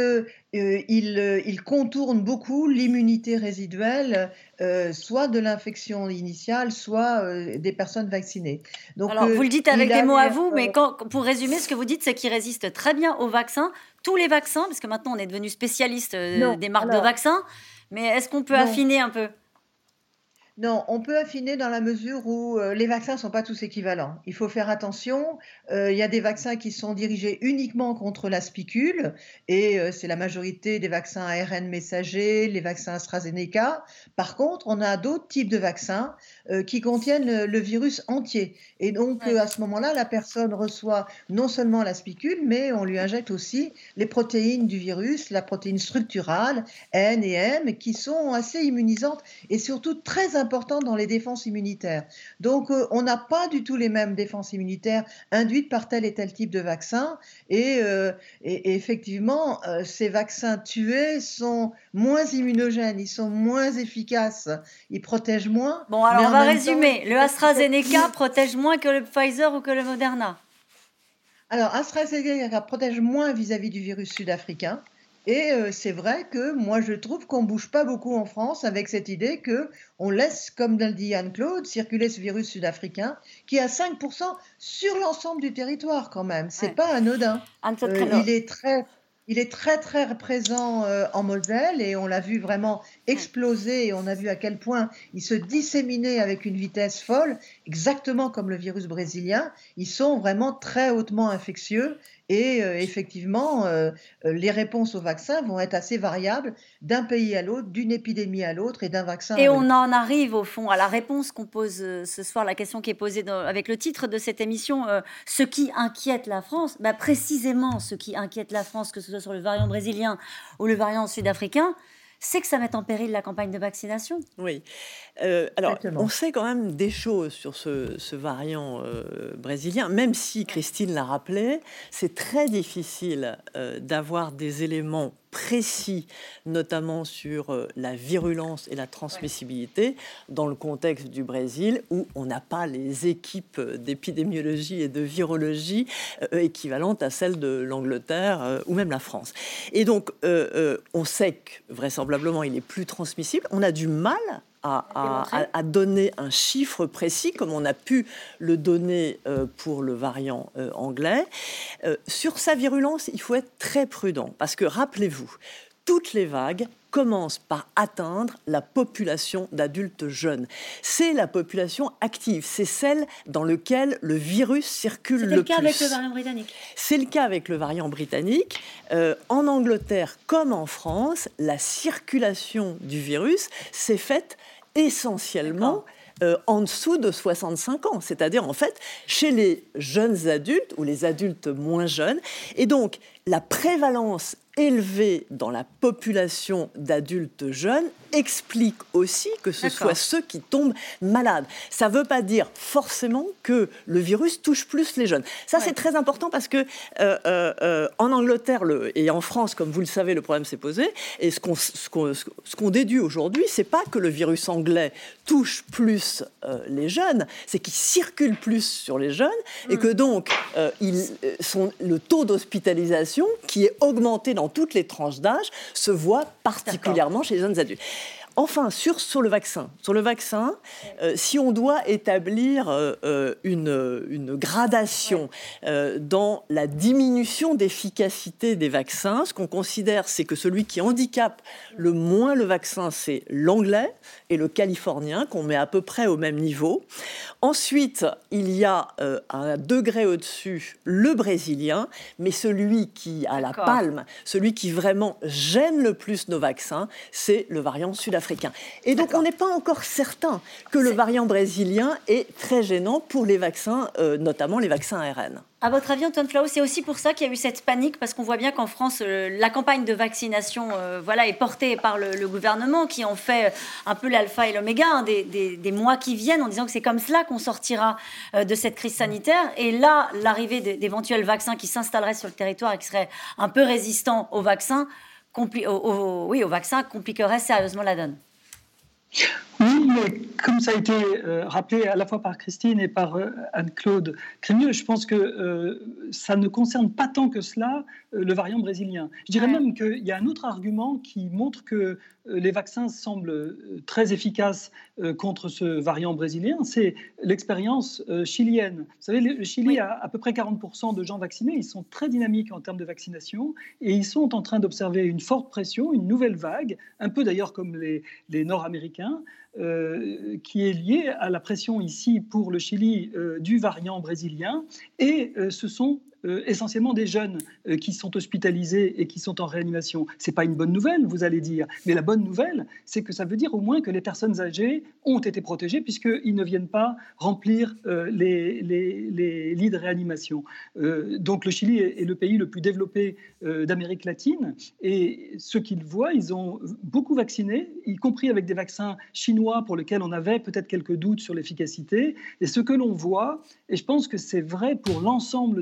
il contourne beaucoup l'immunité résiduelle, soit de l'infection initiale, soit des personnes vaccinées. Donc, alors, vous le dites avec des mots à vous, mais pour résumer, ce que vous dites, c'est qu'il résiste très bien aux vaccins, tous les vaccins, parce que maintenant on est devenu spécialiste des marques de vaccins, mais est-ce qu'on peut affiner un peu? Non, on peut affiner dans la mesure où les vaccins ne sont pas tous équivalents. Il faut faire attention. Il y a des vaccins qui sont dirigés uniquement contre la spicule, et c'est la majorité des vaccins ARN messagers, les vaccins AstraZeneca. Par contre, on a d'autres types de vaccins qui contiennent le virus entier. Et donc, à ce moment-là, la personne reçoit non seulement la spicule, mais on lui injecte aussi les protéines du virus, la protéine structurale, N et M, qui sont assez immunisantes et surtout très importantes dans les défenses immunitaires. Donc, on n'a pas du tout les mêmes défenses immunitaires induites par tel et tel type de vaccin. Et effectivement, ces vaccins tués sont moins immunogènes, ils sont moins efficaces, ils protègent moins. Bon, alors on va résumer. Le AstraZeneca protège moins que le Pfizer ou que le Moderna? Alors, AstraZeneca protège moins vis-à-vis du virus sud-africain. Et c'est vrai que moi, je trouve qu'on bouge pas beaucoup en France avec cette idée que on laisse, comme l'a dit Anne-Claude, circuler ce virus sud-africain qui a 5% sur l'ensemble du territoire quand même. C'est Ouais. pas anodin. Anne-Claude Euh, Créneau. il est très très présent en Moselle et on l'a vu vraiment exploser et on a vu à quel point il se disséminait avec une vitesse folle, exactement comme le virus brésilien. Ils sont vraiment très hautement infectieux et effectivement, les réponses au vaccin vont être assez variables d'un pays à l'autre, d'une épidémie à l'autre et d'un vaccin Et à on l'autre. en arrive au fond à la réponse qu'on pose ce soir, la question qui est posée avec le titre de cette émission, ce qui inquiète la France. Bah, précisément, ce qui inquiète la France, que ce soit sur le variant brésilien ou le variant sud-africain, c'est que ça mette en péril la campagne de vaccination. Oui. Alors, Exactement. on sait quand même des choses sur ce variant brésilien, même si Christine l'a rappelé, c'est très difficile d'avoir des éléments précis, notamment sur la virulence et la transmissibilité, dans le contexte du Brésil, où on n'a pas les équipes d'épidémiologie et de virologie équivalentes à celles de l'Angleterre ou même la France. Et donc, on sait que vraisemblablement, il est plus transmissible. On a du mal à donner un chiffre précis, comme on a pu le donner pour le variant anglais. Sur sa virulence, il faut être très prudent, parce que, rappelez-vous, toutes les vagues commencent par atteindre la population d'adultes jeunes. C'est la population active, c'est celle dans laquelle le virus circule le plus. C'était le cas avec le variant britannique. C'est le cas avec le variant britannique. En Angleterre comme en France, la circulation du virus s'est faite essentiellement en dessous de 65 ans, c'est-à-dire en fait chez les jeunes adultes ou les adultes moins jeunes. Et donc la prévalence élevée dans la population d'adultes jeunes explique aussi que ce soit ceux qui tombent malades. Ça ne veut pas dire forcément que le virus touche plus les jeunes. Ça, c'est très important parce que en Angleterre et en France, comme vous le savez, le problème s'est posé. Et ce qu'on déduit aujourd'hui, c'est pas que le virus anglais touche plus les jeunes, c'est qu'il circule plus sur les jeunes et que donc le taux d'hospitalisation qui est augmenté dans toutes les tranches d'âge se voit particulièrement chez les jeunes adultes. Enfin, sur le vaccin, si on doit établir une gradation dans la diminution d'efficacité des vaccins, ce qu'on considère, c'est que celui qui handicape le moins le vaccin, c'est l'anglais et le californien, qu'on met à peu près au même niveau. Ensuite, il y a un degré au-dessus, le brésilien, mais celui qui a la palme, celui qui vraiment gêne le plus nos vaccins, c'est le variant sud-africain. Et donc, on n'est pas encore certain que le variant brésilien est très gênant pour les vaccins, notamment les vaccins ARN. À votre avis, Antoine Flahault, c'est aussi pour ça qu'il y a eu cette panique, parce qu'on voit bien qu'en France, la campagne de vaccination est portée par le gouvernement, qui en fait un peu l'alpha et l'oméga des mois qui viennent, en disant que c'est comme cela qu'on sortira de cette crise sanitaire. Et là, l'arrivée d'éventuels vaccins qui s'installeraient sur le territoire et qui seraient un peu résistants aux vaccins, compliquerait sérieusement la donne. Oui, mais comme ça a été rappelé à la fois par Christine et par Anne-Claude Crémieux, je pense que ça ne concerne pas tant que cela le variant brésilien. Je dirais même qu'il y a un autre argument qui montre que les vaccins semblent très efficaces contre ce variant brésilien, c'est l'expérience chilienne. Vous savez, le Chili a à peu près 40% de gens vaccinés, ils sont très dynamiques en termes de vaccination et ils sont en train d'observer une forte pression, une nouvelle vague, un peu d'ailleurs comme les Nord-Américains, qui est liée à la pression ici pour le Chili du variant brésilien, et ce sont essentiellement des jeunes qui sont hospitalisés et qui sont en réanimation. Ce n'est pas une bonne nouvelle, vous allez dire, mais la bonne nouvelle, c'est que ça veut dire au moins que les personnes âgées ont été protégées puisqu'ils ne viennent pas remplir les lits de réanimation. Donc le Chili est le pays le plus développé d'Amérique latine, et ceux qu'ils voient, ils ont beaucoup vacciné, y compris avec des vaccins chinois pour lesquels on avait peut-être quelques doutes sur l'efficacité. Et ce que l'on voit, et je pense que c'est vrai pour l'ensemble des vaccins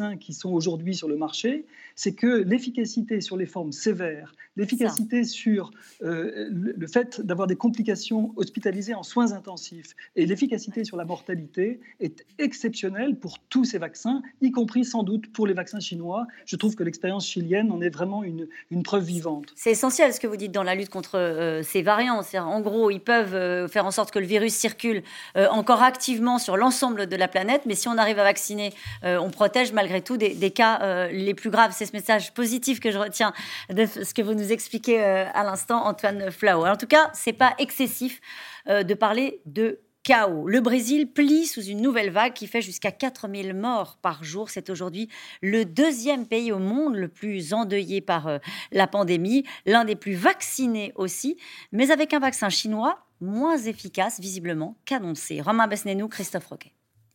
vaccins qui sont aujourd'hui sur le marché, c'est que l'efficacité sur les formes sévères, l'efficacité sur le fait d'avoir des complications hospitalisées en soins intensifs et l'efficacité sur la mortalité est exceptionnelle pour tous ces vaccins, y compris sans doute pour les vaccins chinois. Je trouve que l'expérience chilienne en est vraiment une preuve vivante. C'est essentiel ce que vous dites dans la lutte contre ces variants. En gros, ils peuvent faire en sorte que le virus circule encore activement sur l'ensemble de la planète, mais si on arrive à vacciner, on protège malgré tout des cas les plus graves. C'est ce message positif que je retiens de ce que vous nous expliquez à l'instant, Antoine Flau. En tout cas, ce n'est pas excessif de parler de chaos. Le Brésil plie sous une nouvelle vague qui fait jusqu'à 4000 morts par jour. C'est aujourd'hui le 2e pays au monde le plus endeuillé par la pandémie, l'un des plus vaccinés aussi, mais avec un vaccin chinois moins efficace visiblement qu'annoncé. Romain Besnénou, Christophe Roquet.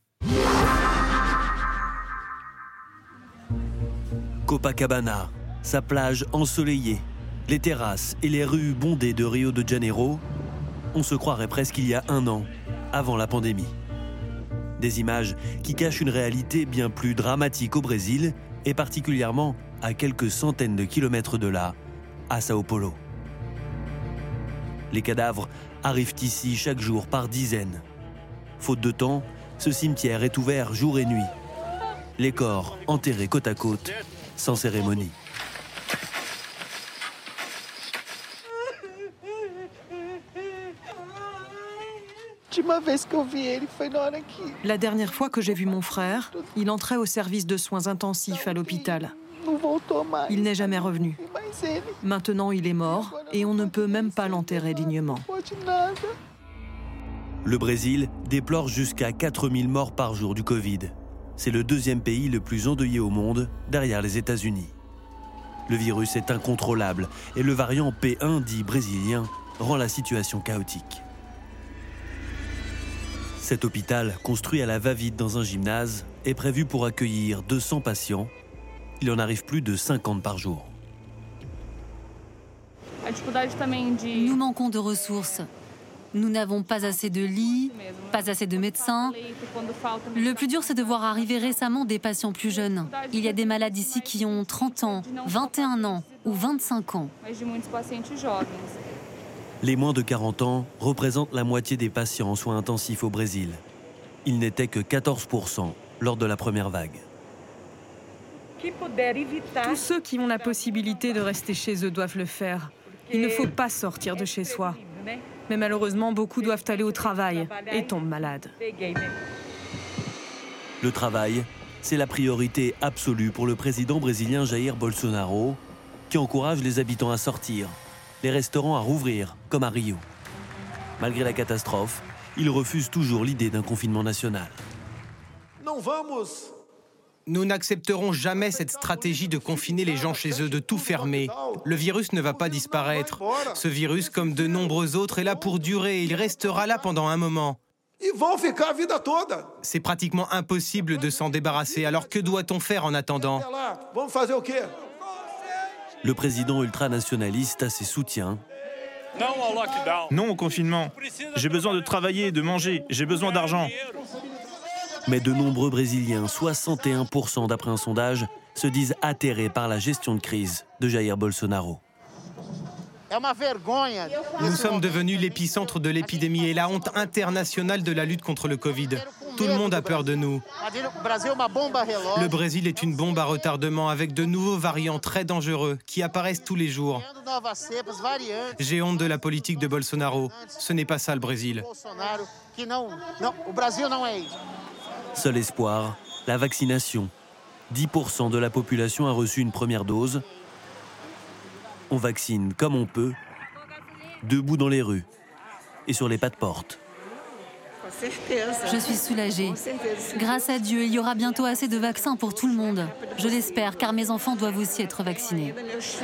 Copacabana, sa plage ensoleillée, les terrasses et les rues bondées de Rio de Janeiro, on se croirait presque il y a 1 an, avant la pandémie. Des images qui cachent une réalité bien plus dramatique au Brésil et particulièrement à quelques centaines de kilomètres de là, à Sao Paulo. Les cadavres arrivent ici chaque jour par dizaines. Faute de temps, ce cimetière est ouvert jour et nuit. Les corps enterrés côte à côte, sans cérémonie. La dernière fois que j'ai vu mon frère, il entrait au service de soins intensifs à l'hôpital. Il n'est jamais revenu. Maintenant, il est mort et on ne peut même pas l'enterrer dignement. Le Brésil déplore jusqu'à 4000 morts par jour du Covid. C'est le 2e pays le plus endeuillé au monde, derrière les États-Unis. Le virus est incontrôlable et le variant P1, dit brésilien, rend la situation chaotique. Cet hôpital, construit à la va-vite dans un gymnase, est prévu pour accueillir 200 patients. Il en arrive plus de 50 par jour. Nous manquons de ressources. Nous n'avons pas assez de lits, pas assez de médecins. Le plus dur, c'est de voir arriver récemment des patients plus jeunes. Il y a des malades ici qui ont 30 ans, 21 ans ou 25 ans. Les moins de 40 ans représentent la moitié des patients en soins intensifs au Brésil. Ils n'étaient que 14% lors de la première vague. Tous ceux qui ont la possibilité de rester chez eux doivent le faire. Il ne faut pas sortir de chez soi. Mais malheureusement, beaucoup doivent aller au travail et tombent malades. Le travail, c'est la priorité absolue pour le président brésilien Jair Bolsonaro, qui encourage les habitants à sortir, les restaurants à rouvrir, comme à Rio. Malgré la catastrophe, il refuse toujours l'idée d'un confinement national. Nous n'accepterons jamais cette stratégie de confiner les gens chez eux, de tout fermer. Le virus ne va pas disparaître. Ce virus, comme de nombreux autres, est là pour durer. Il restera là pendant un moment. C'est pratiquement impossible de s'en débarrasser. Alors que doit-on faire en attendant ? Le président ultranationaliste a ses soutiens. Non au confinement. J'ai besoin de travailler, de manger. J'ai besoin d'argent. Mais de nombreux Brésiliens, 61% d'après un sondage, se disent atterrés par la gestion de crise de Jair Bolsonaro. Nous sommes devenus l'épicentre de l'épidémie et la honte internationale de la lutte contre le Covid. Tout le monde a peur de nous. Le Brésil est une bombe à retardement avec de nouveaux variants très dangereux qui apparaissent tous les jours. J'ai honte de la politique de Bolsonaro. Ce n'est pas ça le Brésil. Seul espoir, la vaccination. 10% de la population a reçu une première dose. On vaccine comme on peut, debout dans les rues et sur les pas de porte. Je suis soulagée. Grâce à Dieu, il y aura bientôt assez de vaccins pour tout le monde. Je l'espère, car mes enfants doivent aussi être vaccinés.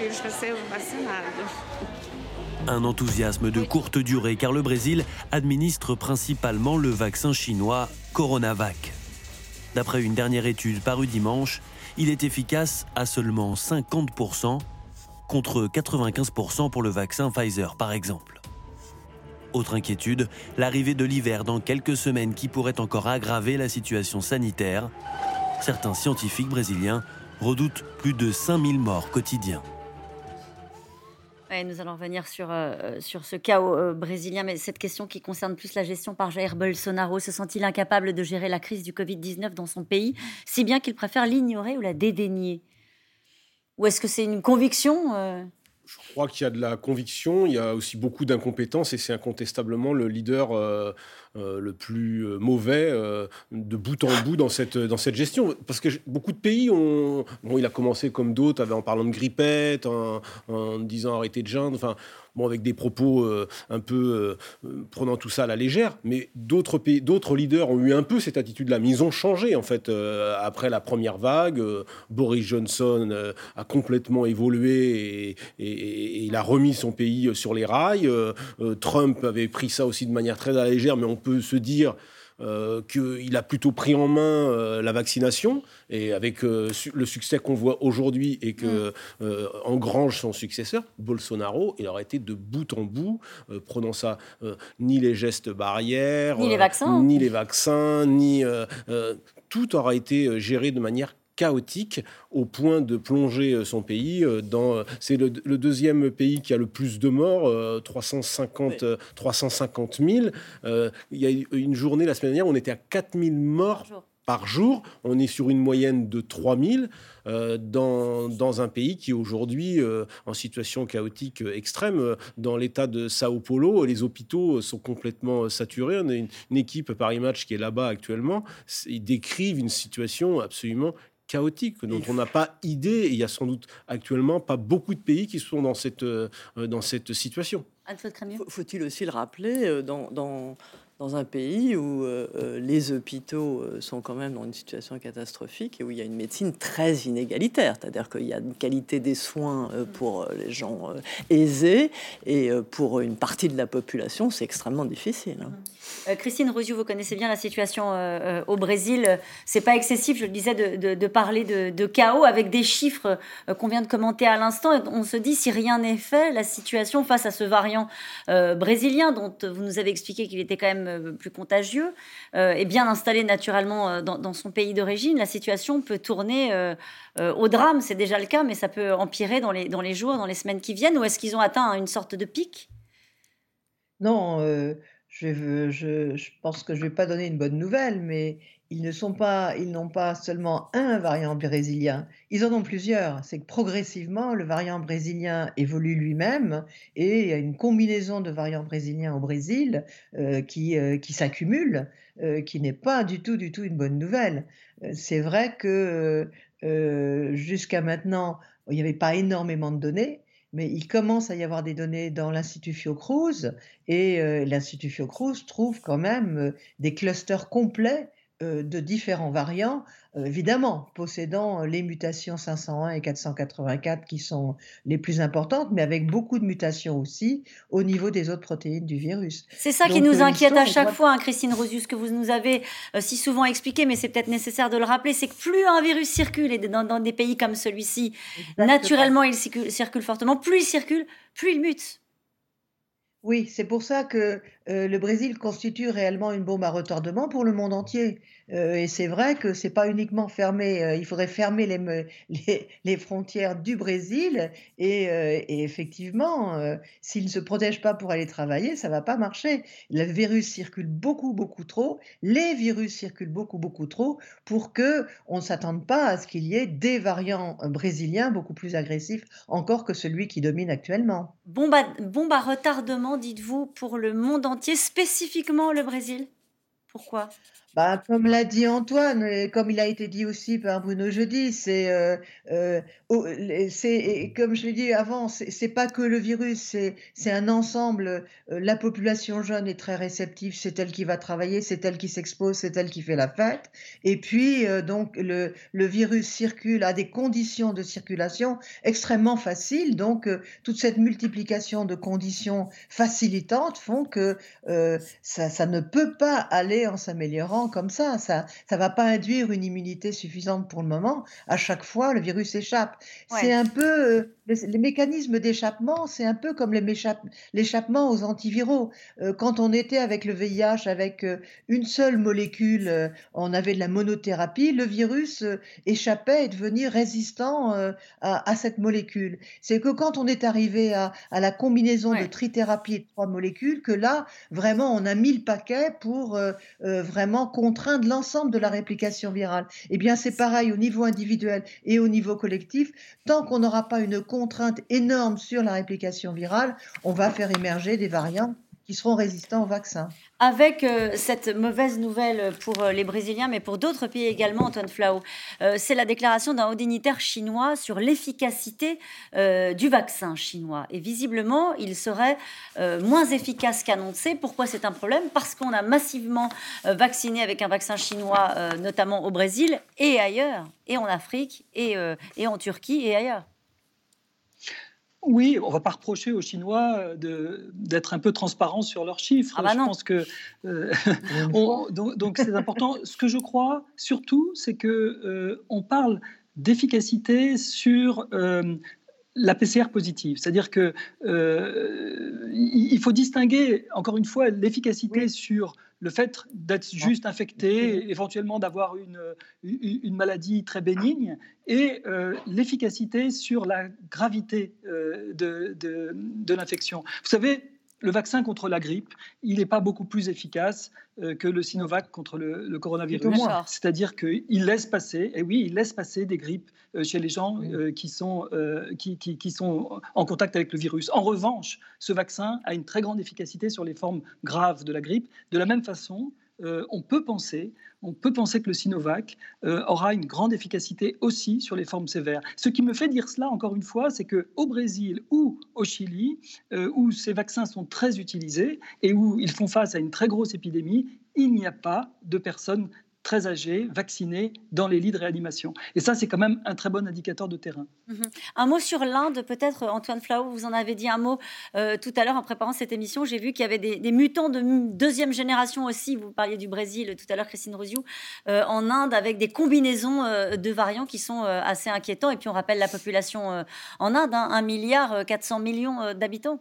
Un enthousiasme de courte durée, car le Brésil administre principalement le vaccin chinois Coronavac. D'après une dernière étude parue dimanche, il est efficace à seulement 50%, contre 95% pour le vaccin Pfizer, par exemple. Autre inquiétude, l'arrivée de l'hiver dans quelques semaines qui pourrait encore aggraver la situation sanitaire. Certains scientifiques brésiliens redoutent plus de 5000 morts quotidiens. Ouais, nous allons revenir sur ce chaos brésilien, mais cette question qui concerne plus la gestion par Jair Bolsonaro. Se sent-il incapable de gérer la crise du Covid-19 dans son pays, si bien qu'il préfère l'ignorer ou la dédaigner? Ou est-ce que c'est une conviction Je crois qu'il y a de la conviction, il y a aussi beaucoup d'incompétence et c'est incontestablement le leader le plus mauvais de bout en bout dans cette gestion. Parce que beaucoup de pays ont... Bon, il a commencé comme d'autres en parlant de grippette, en disant arrêtez de geindre, enfin... Bon, avec des propos un peu prenant tout ça à la légère, mais d'autres leaders ont eu un peu cette attitude-là, mais ils ont changé en fait après la première vague. Boris Johnson a complètement évolué et il a remis son pays sur les rails. Trump avait pris ça aussi de manière très à la légère, mais on peut se dire qu'il a plutôt pris en main la vaccination, et avec le succès qu'on voit aujourd'hui et que engrange son successeur, Bolsonaro, il aurait été de bout en bout, prenant ça, ni les gestes barrières, ni les vaccins, tout aura été géré de manière chaotique au point de plonger son pays dans... C'est le deuxième pays qui a le plus de morts, 350 000. Il y a une journée, la semaine dernière, on était à 4 000 morts par jour. On est sur une moyenne de 3 000 dans un pays qui est aujourd'hui en situation chaotique extrême. Dans l'état de Sao Paulo, les hôpitaux sont complètement saturés. On a une équipe Paris Match qui est là-bas actuellement. Ils décrivent une situation absolument chaotique, dont on n'a pas idée, et il y a sans doute actuellement pas beaucoup de pays qui sont dans cette situation. Faut-il aussi le rappeler, dans un pays où les hôpitaux sont quand même dans une situation catastrophique et où il y a une médecine très inégalitaire, c'est-à-dire qu'il y a une qualité des soins pour les gens aisés et pour une partie de la population, c'est extrêmement difficile. Christine Rosiou, vous connaissez bien la situation au Brésil. C'est pas excessif, je le disais, de parler de chaos avec des chiffres qu'on vient de commenter à l'instant. Et on se dit, si rien n'est fait, la situation face à ce variant brésilien, dont vous nous avez expliqué qu'il était quand même plus contagieux, et bien installé naturellement dans son pays d'origine, la situation peut tourner au drame. C'est déjà le cas, mais ça peut empirer dans les jours, dans les semaines qui viennent. Ou est-ce qu'ils ont atteint une sorte de pic? Non, je pense que je ne vais pas donner une bonne nouvelle, mais ils n'ont pas seulement un variant brésilien, ils en ont plusieurs. C'est que progressivement, le variant brésilien évolue lui-même et il y a une combinaison de variants brésiliens au Brésil qui s'accumule, qui n'est pas du tout une bonne nouvelle. C'est vrai que jusqu'à maintenant, il n'y avait pas énormément de données. Mais il commence à y avoir des données dans l'Institut Fiocruz et l'Institut Fiocruz trouve quand même des clusters complets de différents variants, évidemment possédant les mutations 501 et 484 qui sont les plus importantes, mais avec beaucoup de mutations aussi au niveau des autres protéines du virus. C'est ça qui nous inquiète à chaque fois, hein, Christine Rosiou, ce que vous nous avez si souvent expliqué, mais c'est peut-être nécessaire de le rappeler, c'est que plus un virus circule, et dans des pays comme celui-ci, naturellement il circule fortement, plus il circule, plus il mute. Oui, c'est pour ça que le Brésil constitue réellement une bombe à retardement pour le monde entier. Et c'est vrai que c'est pas uniquement fermé, il faudrait fermer les frontières du Brésil et effectivement, s'ils ne se protègent pas pour aller travailler, ça va pas marcher. Le virus circule beaucoup trop, les virus circulent beaucoup trop pour qu'on ne s'attende pas à ce qu'il y ait des variants brésiliens beaucoup plus agressifs encore que celui qui domine actuellement. Bombe à retardement, dites-vous, pour le monde entier, spécifiquement le Brésil? Pourquoi? Bah, comme l'a dit Antoine, et comme il a été dit aussi par Bruno Jeudi, c'est comme je l'ai dit avant, c'est pas que le virus, c'est un ensemble. La population jeune est très réceptive, c'est elle qui va travailler, c'est elle qui s'expose, c'est elle qui fait la fête. Et puis donc le virus circule à des conditions de circulation extrêmement faciles. Donc toute cette multiplication de conditions facilitantes font que ça ne peut pas aller en s'améliorant comme ça va pas induire une immunité suffisante pour le moment. À chaque fois, le virus échappe. Ouais. C'est un peu les mécanismes d'échappement, c'est un peu comme l'échappement aux antiviraux. Quand on était avec le VIH, avec une seule molécule, on avait de la monothérapie, le virus échappait et devenait résistant à cette molécule. C'est que quand on est arrivé à la combinaison de trithérapie et de 3 molécules, que là, vraiment, on a mis le paquet pour vraiment contraindre l'ensemble de la réplication virale. Eh bien, c'est pareil au niveau individuel et au niveau collectif. Tant qu'on n'aura pas une contrainte énorme sur la réplication virale, on va faire émerger des variants qui seront résistants au vaccin. Avec cette mauvaise nouvelle pour les Brésiliens, mais pour d'autres pays également, Antoine Flau, c'est la déclaration d'un haut dignitaire chinois sur l'efficacité du vaccin chinois. Et visiblement, il serait moins efficace qu'annoncé. Pourquoi c'est un problème ? Parce qu'on a massivement vacciné avec un vaccin chinois, notamment au Brésil et ailleurs, et en Afrique, et en Turquie et ailleurs. Oui, on ne va pas reprocher aux Chinois d'être un peu transparents sur leurs chiffres. Ah bah non. Je pense que donc c'est important. Ce que je crois surtout, c'est que on parle d'efficacité sur la PCR positive. C'est-à-dire que il faut distinguer encore une fois l'efficacité sur le fait d'être juste infecté, éventuellement d'avoir une maladie très bénigne, et l'efficacité sur la gravité de l'infection. Vous savez, le vaccin contre la grippe, il n'est pas beaucoup plus efficace que le Sinovac contre le coronavirus. C'est-à-dire qu'il laisse passer, et oui, il laisse passer des grippes chez les gens qui sont en contact avec le virus. En revanche, ce vaccin a une très grande efficacité sur les formes graves de la grippe. De la même façon, on peut penser que le Sinovac aura une grande efficacité aussi sur les formes sévères. Ce qui me fait dire cela, encore une fois, c'est qu'au Brésil ou au Chili, où ces vaccins sont très utilisés et où ils font face à une très grosse épidémie, il n'y a pas de personnes très âgées, vaccinées dans les lits de réanimation. Et ça, c'est quand même un très bon indicateur de terrain. Un mot sur l'Inde, peut-être, Antoine Flau, vous en avez dit un mot tout à l'heure en préparant cette émission. J'ai vu qu'il y avait des mutants de deuxième génération aussi. Vous parliez du Brésil tout à l'heure, Christine Rosiou, en Inde, avec des combinaisons de variants qui sont assez inquiétants. Et puis, on rappelle la population en Inde, 1,4 milliard d'habitants.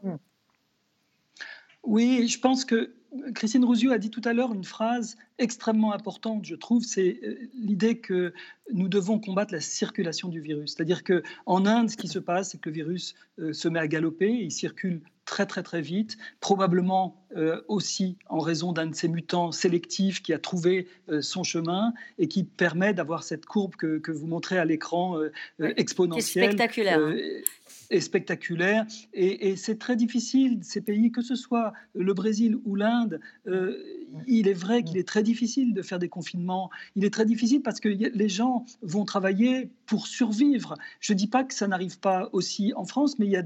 Oui, je pense que Christine Rosiou a dit tout à l'heure une phrase extrêmement importante, je trouve, c'est l'idée que nous devons combattre la circulation du virus. C'est-à-dire qu'en Inde, ce qui se passe, c'est que le virus se met à galoper, il circule très très très vite, probablement aussi en raison d'un de ces mutants sélectifs qui a trouvé son chemin et qui permet d'avoir cette courbe que vous montrez à l'écran exponentielle. Qui est spectaculaire. Et spectaculaire. Et c'est très difficile, ces pays, que ce soit le Brésil ou l'Inde, il est vrai qu'il est très difficile de faire des confinements. Il est très difficile parce que les gens vont travailler pour survivre. Je ne dis pas que ça n'arrive pas aussi en France, mais il y a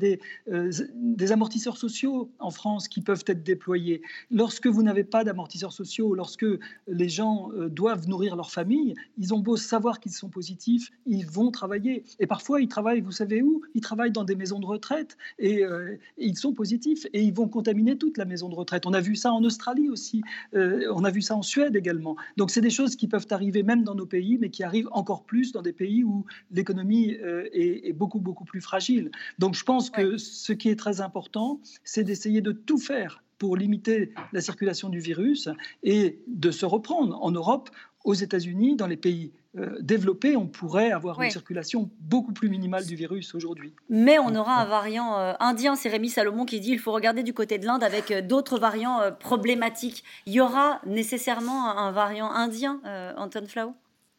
des amortisseurs sociaux en France qui peuvent être déployés. Lorsque vous n'avez pas d'amortisseurs sociaux, lorsque les gens doivent nourrir leur famille, ils ont beau savoir qu'ils sont positifs, ils vont travailler. Et parfois, ils travaillent, vous savez où ? Ils travaillent dans des maisons de retraite et ils sont positifs et ils vont contaminer toute la maison de retraite. On a vu ça en Australie aussi, on a vu ça en Suède également. Donc c'est des choses qui peuvent arriver même dans nos pays, mais qui arrivent encore plus dans des pays où l'économie est beaucoup, beaucoup plus fragile. Donc je pense que ce qui est très important, c'est d'essayer de tout faire pour limiter la circulation du virus et de se reprendre. En Europe, aux États-Unis, dans les pays développés, on pourrait avoir une circulation beaucoup plus minimale du virus aujourd'hui. Mais on aura un variant indien, c'est Rémi Salomon qui dit qu'il faut regarder du côté de l'Inde avec d'autres variants problématiques. Il y aura nécessairement un variant indien, Antoine Flau ?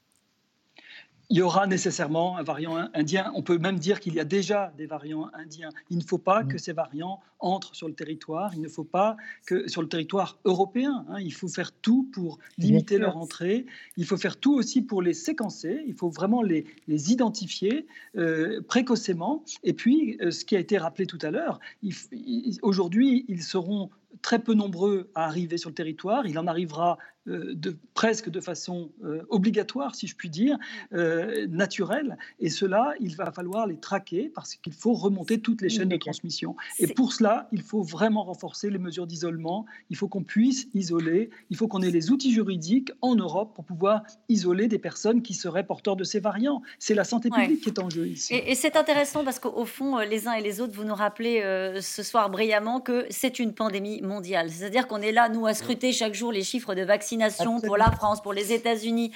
Il y aura nécessairement un variant indien. On peut même dire qu'il y a déjà des variants indiens. Il ne faut pas que ces variants entrent sur le territoire. Il ne faut pas que sur le territoire européen. Il faut faire tout pour limiter leur entrée. Il faut faire tout aussi pour les séquencer. Il faut vraiment les identifier précocement. Et puis, ce qui a été rappelé tout à l'heure, aujourd'hui, ils seront très peu nombreux à arriver sur le territoire. Il en arrivera presque de façon obligatoire, si je puis dire, naturelle. Et cela, il va falloir les traquer parce qu'il faut remonter toutes les chaînes de transmission. Et pour cela, il faut vraiment renforcer les mesures d'isolement. Il faut qu'on puisse isoler. Il faut qu'on ait les outils juridiques en Europe pour pouvoir isoler des personnes qui seraient porteurs de ces variants. C'est la santé publique qui est en jeu ici. Et c'est intéressant parce qu'au fond, les uns et les autres, vous nous rappelez ce soir brillamment que c'est une pandémie mondiale. C'est-à-dire qu'on est là, nous, à scruter chaque jour les chiffres de vaccination pour la France, pour les États-Unis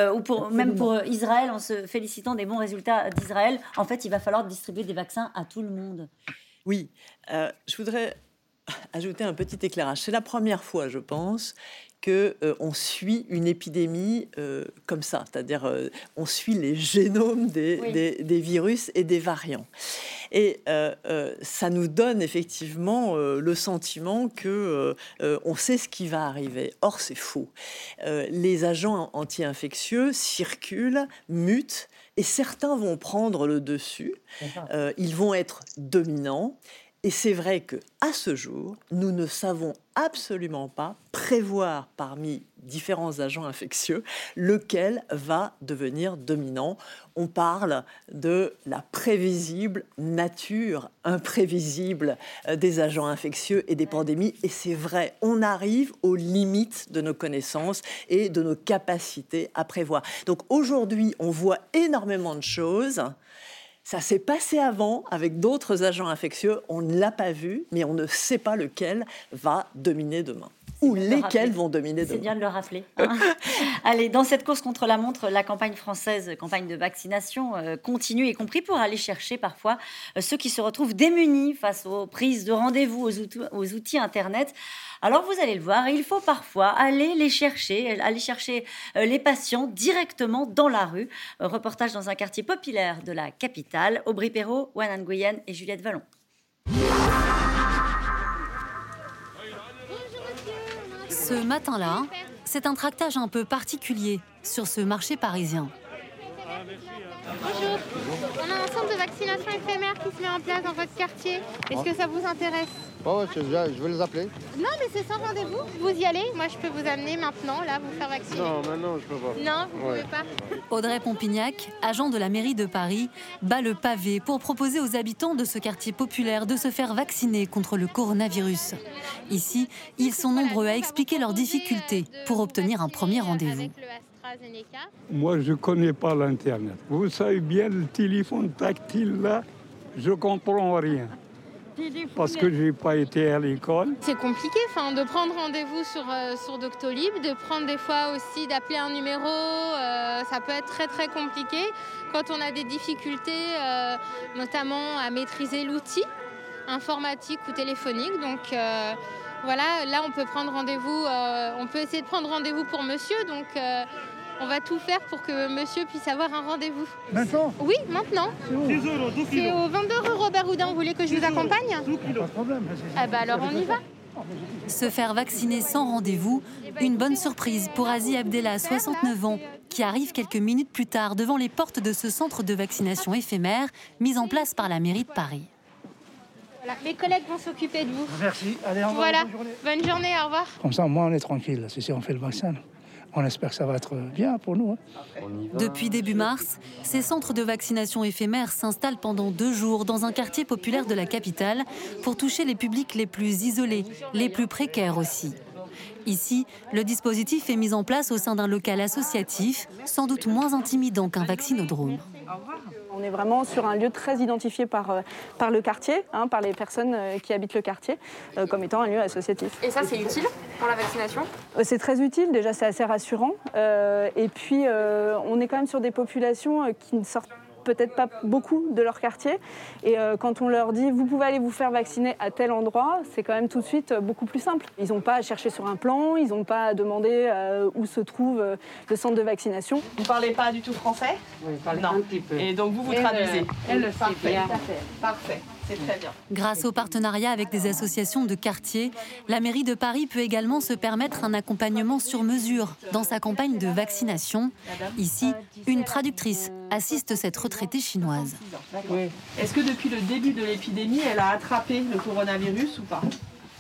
ou même pour Israël, en se félicitant des bons résultats d'Israël. En fait, il va falloir distribuer des vaccins à tout le monde. Oui, je voudrais ajouter un petit éclairage. C'est la première fois, je pense, qu'on suit une épidémie comme ça, c'est-à-dire on suit les génomes des virus et des variants. Et ça nous donne effectivement le sentiment qu'on sait ce qui va arriver. Or, c'est faux. Les agents anti-infectieux circulent, mutent, et certains vont prendre le dessus. Ils vont être dominants. Et c'est vrai qu'à ce jour, nous ne savons absolument pas prévoir parmi différents agents infectieux lequel va devenir dominant. On parle de la prévisible nature imprévisible des agents infectieux et des pandémies. Et c'est vrai, on arrive aux limites de nos connaissances et de nos capacités à prévoir. Donc aujourd'hui, on voit énormément de choses. Ça s'est passé avant avec d'autres agents infectieux, on ne l'a pas vu, mais on ne sait pas lequel va dominer demain. Ou lesquels vont dominer demain. C'est bien de le rappeler. Allez, dans cette course contre la montre, la campagne française, campagne de vaccination, continue, y compris pour aller chercher parfois ceux qui se retrouvent démunis face aux prises de rendez-vous, aux outils Internet. Alors vous allez le voir, il faut parfois aller chercher les patients directement dans la rue. Reportage dans un quartier populaire de la capitale. Aubry Perrault, Wan Nguyen et Juliette Vallon. Ce matin-là, c'est un tractage un peu particulier sur ce marché parisien. Bonjour, on a un centre de vaccination éphémère qui se met en place dans votre quartier. Est-ce que ça vous intéresse ? Ouais, je vais les appeler. Non, mais c'est sans rendez-vous. Vous y allez. Moi, je peux vous amener maintenant, là, vous faire vacciner. Non, maintenant, je peux pas. Non, vous pouvez pas. Audrey Pompignac, agent de la mairie de Paris, bat le pavé pour proposer aux habitants de ce quartier populaire de se faire vacciner contre le coronavirus. Ici, ils sont nombreux à expliquer leurs difficultés pour obtenir un premier rendez-vous. Moi, je ne connais pas l'Internet. Vous savez bien, le téléphone tactile, là, je ne comprends rien. Parce que je n'ai pas été à l'école. C'est compliqué de prendre rendez-vous sur Doctolib, de prendre des fois aussi, d'appeler un numéro. Ça peut être très, très compliqué quand on a des difficultés, notamment à maîtriser l'outil informatique ou téléphonique. Donc voilà, là, on peut prendre rendez-vous. On peut essayer de prendre rendez-vous pour monsieur. Donc on va tout faire pour que monsieur puisse avoir un rendez-vous. Maintenant ? Oui, maintenant. C'est au vendeur Robert Houdin. Vous voulez que je vous accompagne ? Pas de problème. Alors on y va. Se faire vacciner sans rendez-vous, une bonne surprise pour Aziz Abdellah, 69 ans, qui arrive quelques minutes plus tard devant les portes de ce centre de vaccination éphémère mis en place par la mairie de Paris. Voilà, mes collègues vont s'occuper de vous. Merci. Allez, au revoir. Voilà. Bonne journée. Bonne journée, au revoir. Comme ça, moi, on est tranquille. Si on fait le vaccin, on espère que ça va être bien pour nous. Depuis début mars, ces centres de vaccination éphémères s'installent pendant 2 jours dans un quartier populaire de la capitale pour toucher les publics les plus isolés, les plus précaires aussi. Ici, le dispositif est mis en place au sein d'un local associatif, sans doute moins intimidant qu'un vaccinodrome. On est vraiment sur un lieu très identifié par le quartier, par les personnes qui habitent le quartier, comme étant un lieu associatif. Et ça, c'est utile pour la vaccination ? C'est très utile, déjà c'est assez rassurant. Et puis, on est quand même sur des populations qui ne sortent peut-être pas beaucoup de leur quartier. Et quand on leur dit « vous pouvez aller vous faire vacciner à tel endroit », c'est quand même tout de suite beaucoup plus simple. Ils n'ont pas à chercher sur un plan, ils n'ont pas à demander où se trouve le centre de vaccination. Vous ne parlez pas du tout français ? Oui, je parle un petit peu. Et donc vous traduisez ? Elle le sait bien. Parfait. C'est très bien. Grâce au partenariat avec des associations de quartier, la mairie de Paris peut également se permettre un accompagnement sur mesure dans sa campagne de vaccination. Ici, une traductrice assiste cette retraitée chinoise. Oui. Est-ce que depuis le début de l'épidémie, elle a attrapé le coronavirus ou pas ?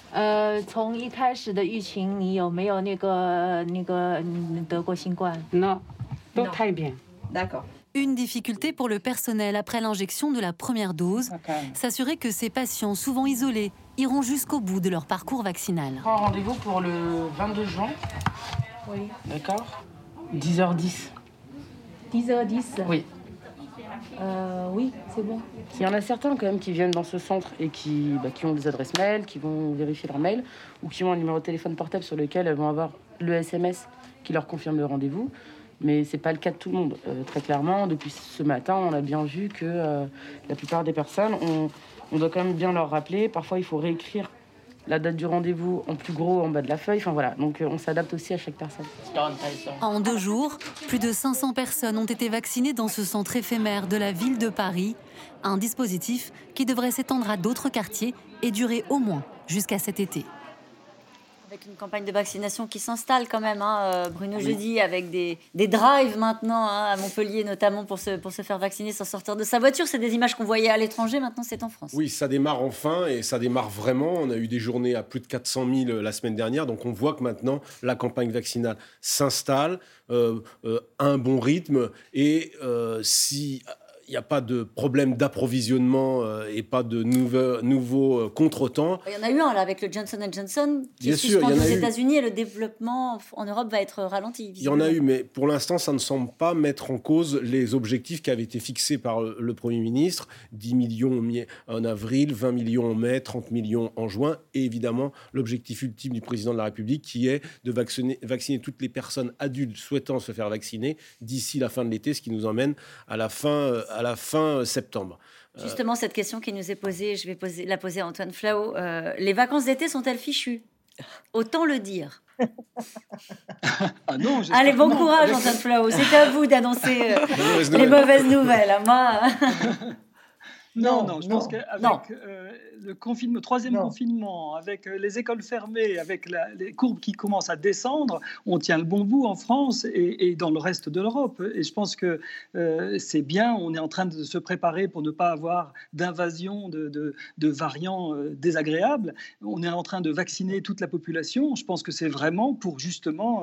从一开始的疫情，你有没有得过新冠？ Non, tout très bien. D'accord. Une difficulté pour le personnel après l'injection de la première dose, s'assurer que ces patients, souvent isolés, iront jusqu'au bout de leur parcours vaccinal. Je prends rendez-vous pour le 22 juin. Oui. D'accord. 10h10. 10h10. Oui. Oui, c'est bon. Il y en a certains quand même qui viennent dans ce centre et qui ont des adresses mail, qui vont vérifier leur mail ou qui ont un numéro de téléphone portable sur lequel elles vont avoir le SMS qui leur confirme le rendez-vous. Mais ce n'est pas le cas de tout le monde. Très clairement, depuis ce matin, on a bien vu que la plupart des personnes, on doit quand même bien leur rappeler. Parfois, il faut réécrire la date du rendez-vous en plus gros en bas de la feuille. Enfin voilà, donc on s'adapte aussi à chaque personne. En 2 jours, plus de 500 personnes ont été vaccinées dans ce centre éphémère de la ville de Paris. Un dispositif qui devrait s'étendre à d'autres quartiers et durer au moins jusqu'à cet été. Avec une campagne de vaccination qui s'installe quand même, Bruno Jeudi, avec des drives maintenant, à Montpellier notamment, pour se faire vacciner sans sortir de sa voiture. C'est des images qu'on voyait à l'étranger, maintenant c'est en France. Oui, ça démarre enfin et ça démarre vraiment. On a eu des journées à plus de 400 000 la semaine dernière, donc on voit que maintenant la campagne vaccinale s'installe à un bon rythme et si... il n'y a pas de problème d'approvisionnement et pas de nouveaux contretemps. Il y en a eu un là, avec le Johnson & Johnson qui est sûr, suspendu aux États-Unis et le développement en Europe va être ralenti. Il y en a eu, mais pour l'instant, ça ne semble pas mettre en cause les objectifs qui avaient été fixés par le Premier ministre. 10 millions en avril, 20 millions en mai, 30 millions en juin. Et évidemment, l'objectif ultime du président de la République qui est de vacciner toutes les personnes adultes souhaitant se faire vacciner d'ici la fin de l'été, ce qui nous emmène à la fin septembre. Justement, cette question qui nous est posée, je vais la poser à Antoine Flahault. Les vacances d'été sont-elles fichues ? Autant le dire. Non, allez, bon courage, Antoine Flahault. C'est à vous d'annoncer les mauvaises nouvelles. Moi... Non, je pense qu'avec le troisième confinement, avec les écoles fermées, avec les courbes qui commencent à descendre, on tient le bon bout en France et dans le reste de l'Europe. Et je pense que c'est bien, on est en train de se préparer pour ne pas avoir d'invasion de variants désagréables. On est en train de vacciner toute la population. Je pense que c'est vraiment pour justement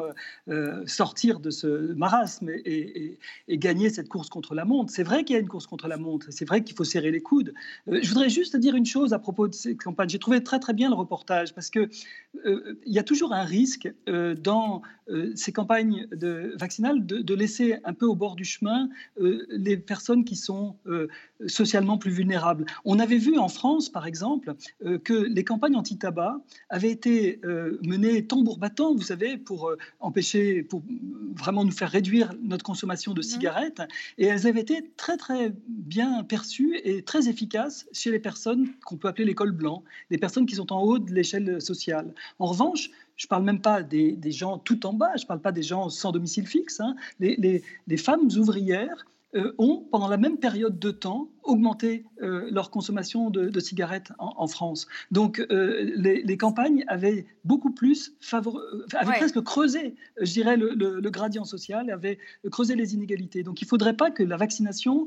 sortir de ce marasme et gagner cette course contre la montre. C'est vrai qu'il y a une course contre la montre, c'est vrai qu'il faut serrer les coudes. Je voudrais juste dire une chose à propos de ces campagnes. J'ai trouvé très très bien le reportage parce que il y a toujours un risque dans ces campagnes vaccinales de laisser un peu au bord du chemin les personnes qui sont socialement plus vulnérables. On avait vu en France, par exemple, que les campagnes anti-tabac avaient été menées tambour battant, vous savez, pour vraiment nous faire réduire notre consommation de cigarettes, et elles avaient été très très bien perçues et très efficaces chez les personnes qu'on peut appeler les cols blancs, les personnes qui sont en haut de l'échelle sociale. En revanche, je ne parle même pas des gens tout en bas, je ne parle pas des gens sans domicile fixe. Les femmes ouvrières ont, pendant la même période de temps, augmenté leur consommation de cigarettes en France. Donc, les campagnes avaient beaucoup plus presque creusé, je dirais, le gradient social, avaient creusé les inégalités. Donc, il ne faudrait pas que la vaccination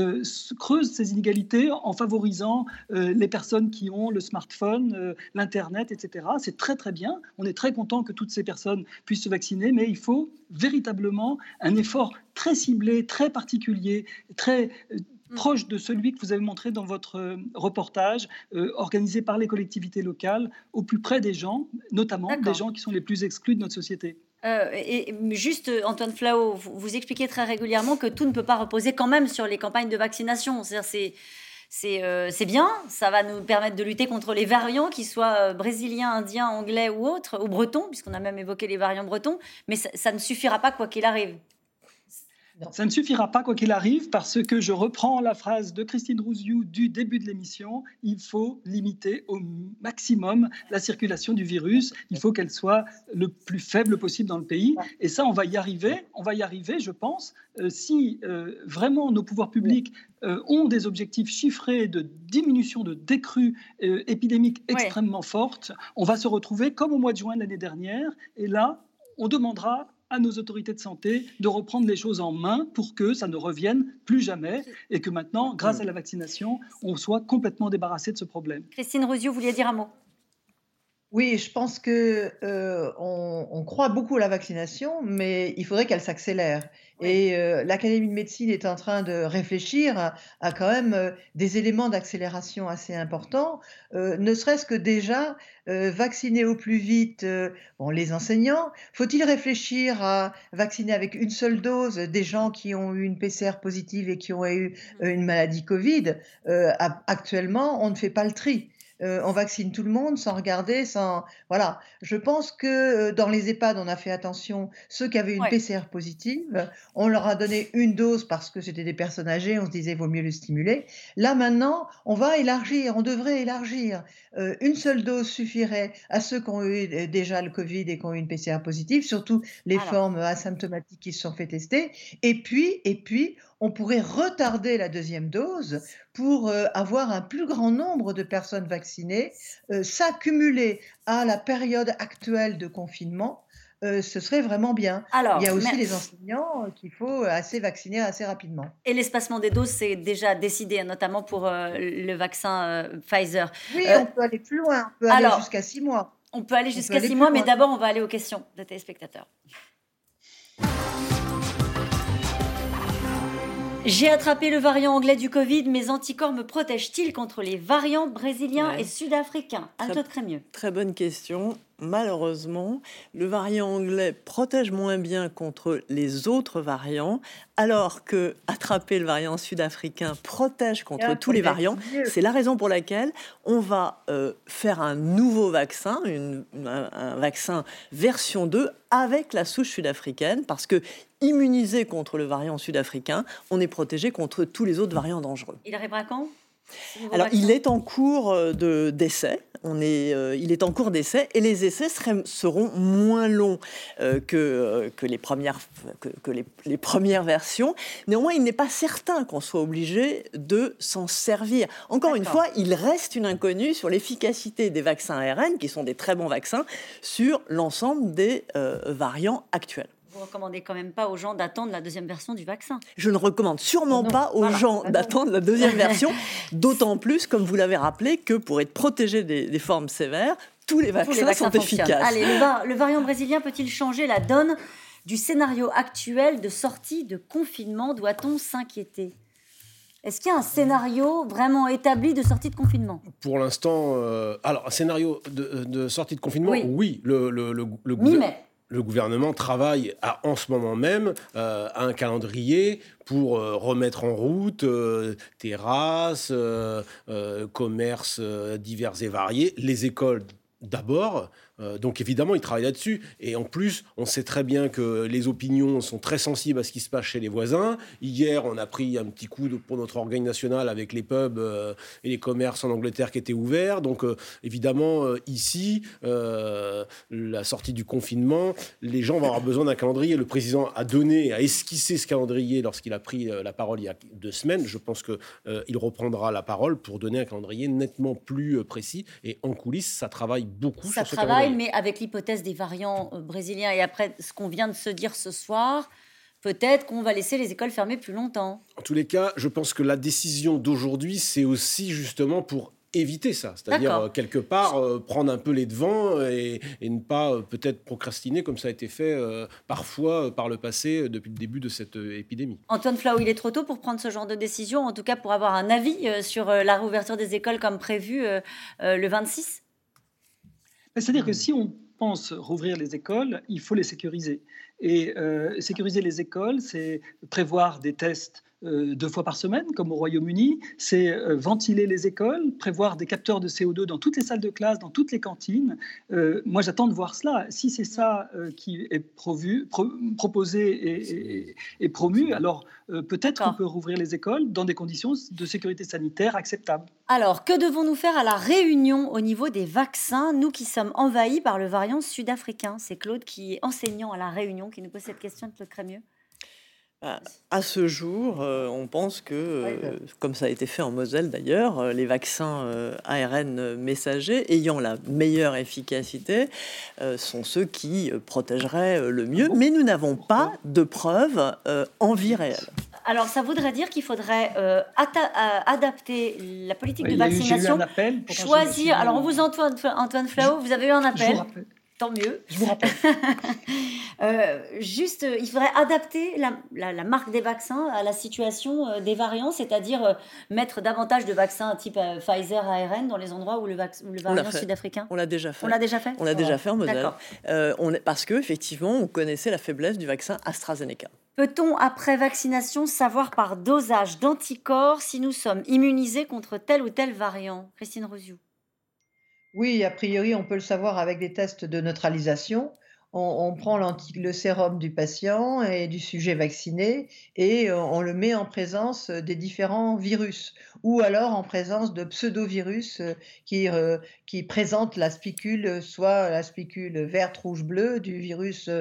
creuse ces inégalités en favorisant les personnes qui ont le smartphone, l'Internet, etc. C'est très, très bien. On est très content que toutes ces personnes puissent se vacciner, mais il faut véritablement un effort très ciblé, très particulier, très proche de celui que vous avez montré dans votre reportage, organisé par les collectivités locales, au plus près des gens, notamment des gens qui sont les plus exclus de notre société. Et juste, Antoine Flahault, vous expliquez très régulièrement que tout ne peut pas reposer quand même sur les campagnes de vaccination. C'est-à-dire c'est bien, ça va nous permettre de lutter contre les variants, qu'ils soient brésiliens, indiens, anglais ou autres, ou bretons, puisqu'on a même évoqué les variants bretons, mais ça ne suffira pas quoi qu'il arrive. Ça ne suffira pas quoi qu'il arrive parce que je reprends la phrase de Christine Rouziou du début de l'émission, il faut limiter au maximum la circulation du virus, il faut qu'elle soit le plus faible possible dans le pays et ça on va y arriver je pense, si vraiment nos pouvoirs publics ont des objectifs chiffrés de diminution de décrue épidémique extrêmement forte, on va se retrouver comme au mois de juin de l'année dernière et là on demandera à nos autorités de santé de reprendre les choses en main pour que ça ne revienne plus jamais et que maintenant, grâce à la vaccination, on soit complètement débarrassé de ce problème. Christine Rouziou, vous vouliez dire un mot ? Oui, je pense que on croit beaucoup à la vaccination, mais il faudrait qu'elle s'accélère. Et l'Académie de médecine est en train de réfléchir à quand même des éléments d'accélération assez importants, ne serait-ce que déjà vacciner au plus vite bon, les enseignants. Faut-il réfléchir à vacciner avec une seule dose des gens qui ont eu une PCR positive et qui ont eu une maladie Covid? Actuellement, on ne fait pas le tri. On vaccine tout le monde sans regarder, sans voilà. Je pense que, dans les EHPAD, on a fait attention. Ceux qui avaient une Ouais. PCR positive, on leur a donné une dose parce que c'était des personnes âgées, on se disait: «Vaut mieux le stimuler». Là, maintenant, on va élargir, on devrait élargir. Une seule dose suffirait à ceux qui ont eu déjà le Covid et qui ont eu une PCR positive, surtout les Alors, formes asymptomatiques qui se sont fait tester. Et puis, on pourrait retarder la deuxième dose pour avoir un plus grand nombre de personnes vaccinées, s'accumuler à la période actuelle de confinement, ce serait vraiment bien. Il y alors, a aussi mais les enseignants qu'il faut assez vacciner assez rapidement. et l'espacement des doses, c'est déjà décidé, hein, notamment pour, le vaccin, Pfizer. Oui, Heu, on peut aller plus loin, on peut aller alors, jusqu'à 6 mois. on peut aller On peut jusqu'à aller 6 plus mois, mais loin. d'abord, on va aller aux questions de téléspectateurs. J'ai attrapé le variant anglais du Covid. Mes anticorps me protègent-ils contre les variants brésiliens Ouais. et sud-africains? Anne-Claude Crémieux. Très bonne question. Malheureusement, le variant anglais protège moins bien contre les autres variants, alors que attraper le variant sud-africain protège contre tous les variants. C'est la raison pour laquelle on va faire un nouveau vaccin, un vaccin version 2 avec la souche sud-africaine, parce que immunisé contre le variant sud-africain, on est protégé contre tous les autres variants dangereux. Il arrivera quand? Alors, il est en cours d'essai. Il est en cours d'essai et les essais seront moins longs que les premières versions. Néanmoins, il n'est pas certain qu'on soit obligé de s'en servir. Encore une fois, il reste une inconnue sur l'efficacité des vaccins ARN, qui sont des très bons vaccins, sur l'ensemble des variants actuels. Vous recommandez quand même pas aux gens d'attendre la deuxième version du vaccin? Je ne recommande sûrement pas aux gens d'attendre la deuxième version, d'autant plus, comme vous l'avez rappelé, que pour être protégé des formes sévères, tous les vaccins sont efficaces. Allez, le variant brésilien peut-il changer la donne du scénario actuel de sortie de confinement? Doit-on s'inquiéter? Est-ce qu'il y a un scénario vraiment établi de sortie de confinement? Pour l'instant, alors un scénario de sortie de confinement, oui. Le gouvernement travaille en ce moment même à un calendrier pour remettre en route terrasses, commerces divers et variés, les écoles d'abord. Donc évidemment, ils travaillent là-dessus. Et en plus, on sait très bien que les opinions sont très sensibles à ce qui se passe chez les voisins. Hier, on a pris un petit coup pour notre organe national avec les pubs et les commerces en Angleterre qui étaient ouverts. Donc évidemment, ici, la sortie du confinement, les gens vont avoir besoin d'un calendrier. Le président a esquissé ce calendrier lorsqu'il a pris la parole il y a 2 semaines. Je pense qu'il reprendra la parole pour donner un calendrier nettement plus précis. Et en coulisses, ça travaille beaucoup sur ce calendrier. Mais avec l'hypothèse des variants brésiliens et après ce qu'on vient de se dire ce soir, peut-être qu'on va laisser les écoles fermées plus longtemps. En tous les cas, je pense que la décision d'aujourd'hui, c'est aussi justement pour éviter ça. C'est-à-dire, quelque part, prendre un peu les devants et ne pas peut-être procrastiner comme ça a été fait parfois par le passé depuis le début de cette épidémie. Antoine Flau, il est trop tôt pour prendre ce genre de décision, en tout cas pour avoir un avis sur la réouverture des écoles comme prévu le 26 ? C'est-à-dire que si on pense rouvrir les écoles, il faut les sécuriser. Et sécuriser les écoles, c'est prévoir des tests 2 fois par semaine, comme au Royaume-Uni, c'est ventiler les écoles, prévoir des capteurs de CO2 dans toutes les salles de classe, dans toutes les cantines. Moi, j'attends de voir cela. Si c'est ça qui est proposé et promu, alors peut-être qu'on peut rouvrir les écoles dans des conditions de sécurité sanitaire acceptables. Alors, que devons-nous faire à La Réunion au niveau des vaccins, nous qui sommes envahis par le variant sud-africain? C'est Claude, qui est enseignant à La Réunion, qui nous pose cette question, Claude Crémieux. À ce jour, on pense que, comme ça a été fait en Moselle d'ailleurs, les vaccins ARN messagers ayant la meilleure efficacité sont ceux qui protégeraient le mieux, mais nous n'avons pas de preuves en vie réelle. Alors, ça voudrait dire qu'il faudrait adapter la politique de vaccination, choisir... Alors, on vous entend, Antoine Flahault, vous avez eu un appel. Tant mieux. Je vous rappelle. Il faudrait adapter la marque des vaccins à la situation des variants, c'est-à-dire mettre davantage de vaccins type Pfizer, ARN dans les endroits où le variant sud-africain. On l'a déjà fait. On l'a déjà fait. On l'a déjà fait en Moselle. Parce que effectivement, on connaissait la faiblesse du vaccin AstraZeneca. Peut-on, après vaccination, savoir par dosage d'anticorps si nous sommes immunisés contre tel ou tel variant? Christine Rosiou. Oui, a priori, on peut le savoir avec des tests de neutralisation. On prend le sérum du patient et du sujet vacciné et on le met en présence des différents virus ou alors en présence de pseudovirus qui présentent la spicule, soit la spicule verte, rouge, bleue du virus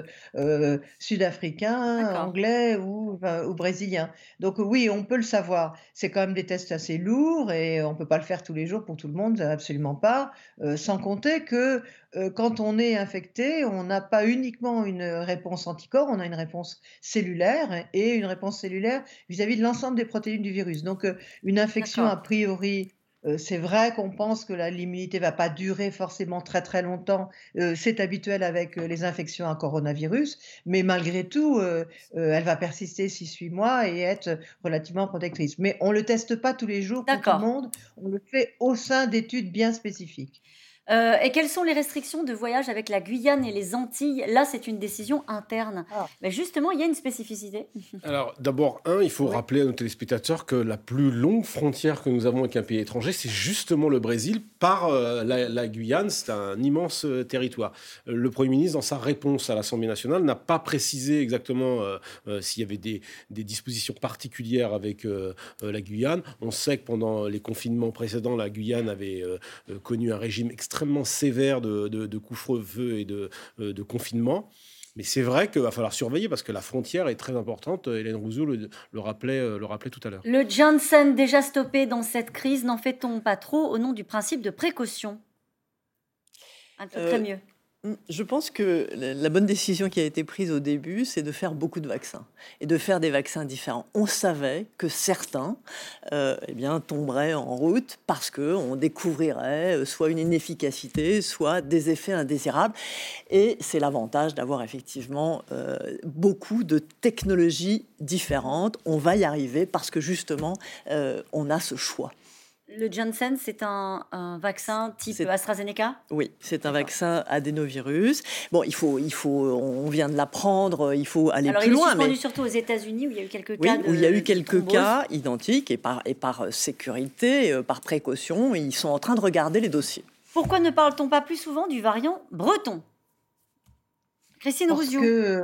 sud-africain, anglais ou brésilien. Donc oui, on peut le savoir. C'est quand même des tests assez lourds et on ne peut pas le faire tous les jours pour tout le monde, absolument pas. Sans compter que quand on est infecté, on n'a pas uniquement une réponse anticorps, on a une réponse cellulaire et une réponse cellulaire vis-à-vis de l'ensemble des protéines du virus. Donc une infection, a priori, c'est vrai qu'on pense que l'immunité ne va pas durer forcément très très longtemps. C'est habituel avec les infections à coronavirus, mais malgré tout, elle va persister 6-8 mois et être relativement protectrice. Mais on ne le teste pas tous les jours pour tout le monde, on le fait au sein d'études bien spécifiques. Et quelles sont les restrictions de voyage avec la Guyane et les Antilles? Là, c'est une décision interne. Mais justement, il y a une spécificité. Alors, d'abord, il faut rappeler à nos téléspectateurs que la plus longue frontière que nous avons avec un pays étranger, c'est justement le Brésil par la Guyane. C'est un immense territoire. Le Premier ministre, dans sa réponse à l'Assemblée nationale, n'a pas précisé exactement s'il y avait des dispositions particulières avec la Guyane. On sait que pendant les confinements précédents, la Guyane avait connu un régime extrêmement sévère de couvre-feu et de confinement. Mais c'est vrai qu'il va falloir surveiller parce que la frontière est très importante. Hélène Rouzeau le rappelait tout à l'heure. Le Janssen déjà stoppé dans cette crise, n'en fait-on pas trop au nom du principe de précaution? Un peu très mieux. Je pense que la bonne décision qui a été prise au début, c'est de faire beaucoup de vaccins et de faire des vaccins différents. On savait que certains tomberaient en route parce qu'on découvrirait soit une inefficacité, soit des effets indésirables. Et c'est l'avantage d'avoir effectivement beaucoup de technologies différentes. On va y arriver parce que justement, on a ce choix. Le Janssen, c'est un vaccin type AstraZeneca? Oui, c'est un vaccin adénovirus. Bon, on vient de l'apprendre, il faut aller plus loin. Alors, il est suspendu surtout aux États-Unis où il y a eu quelques cas où il y a eu quelques cas identiques et par sécurité, par précaution, ils sont en train de regarder les dossiers. Pourquoi ne parle-t-on pas plus souvent du variant breton? Christine Rouzeau.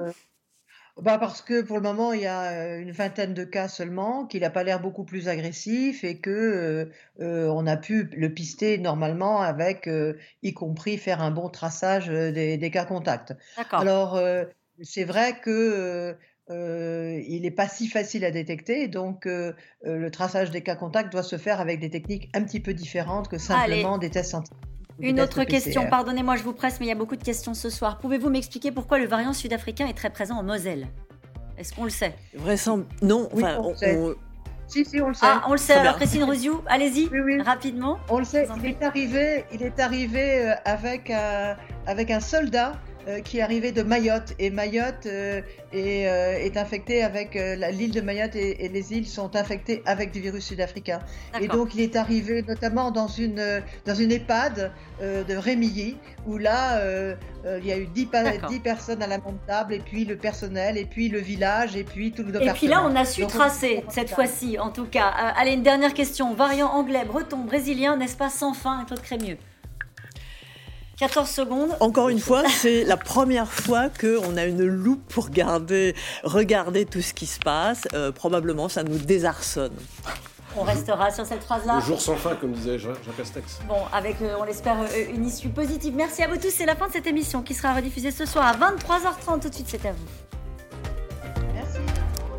Parce que pour le moment, il y a une vingtaine de cas seulement, qu'il n'a pas l'air beaucoup plus agressif et que on a pu le pister normalement avec, y compris faire un bon traçage des cas contacts. Alors, c'est vrai que il n'est pas si facile à détecter, donc le traçage des cas contacts doit se faire avec des techniques un petit peu différentes que simplement des tests scientifiques. Une autre question, pardonnez-moi, je vous presse, mais il y a beaucoup de questions ce soir. Pouvez-vous m'expliquer pourquoi le variant sud-africain est très présent en Moselle? Est-ce qu'on le sait? Non, oui, on le sait. Si, on le sait. Ah, on le sait. Alors, Christine Rosiou, allez-y, rapidement. On le sait, il est arrivé avec un soldat qui est arrivé de Mayotte. Et Mayotte est infectée avec... l'île de Mayotte et les îles sont infectées avec du virus sud-africain. Et donc, il est arrivé notamment dans une EHPAD de Rémilly, où là, il y a eu 10 personnes à la même table, et puis le personnel, et puis le village, et puis tout le département. Et puis là, on a su tracer, cette fois-ci, en tout cas. Allez, une dernière question. Variant anglais, breton, brésilien, n'est-ce pas sans fin, Claude Crémieux? 14 secondes. Encore une fois, c'est la première fois qu'on a une loupe pour regarder tout ce qui se passe. Probablement, ça nous désarçonne. On restera sur cette phrase-là. Le jour sans fin, comme disait Jean Castex. Bon, avec, on l'espère, une issue positive. Merci à vous tous. C'est la fin de cette émission qui sera rediffusée ce soir à 23h30. Tout de suite, c'est à vous.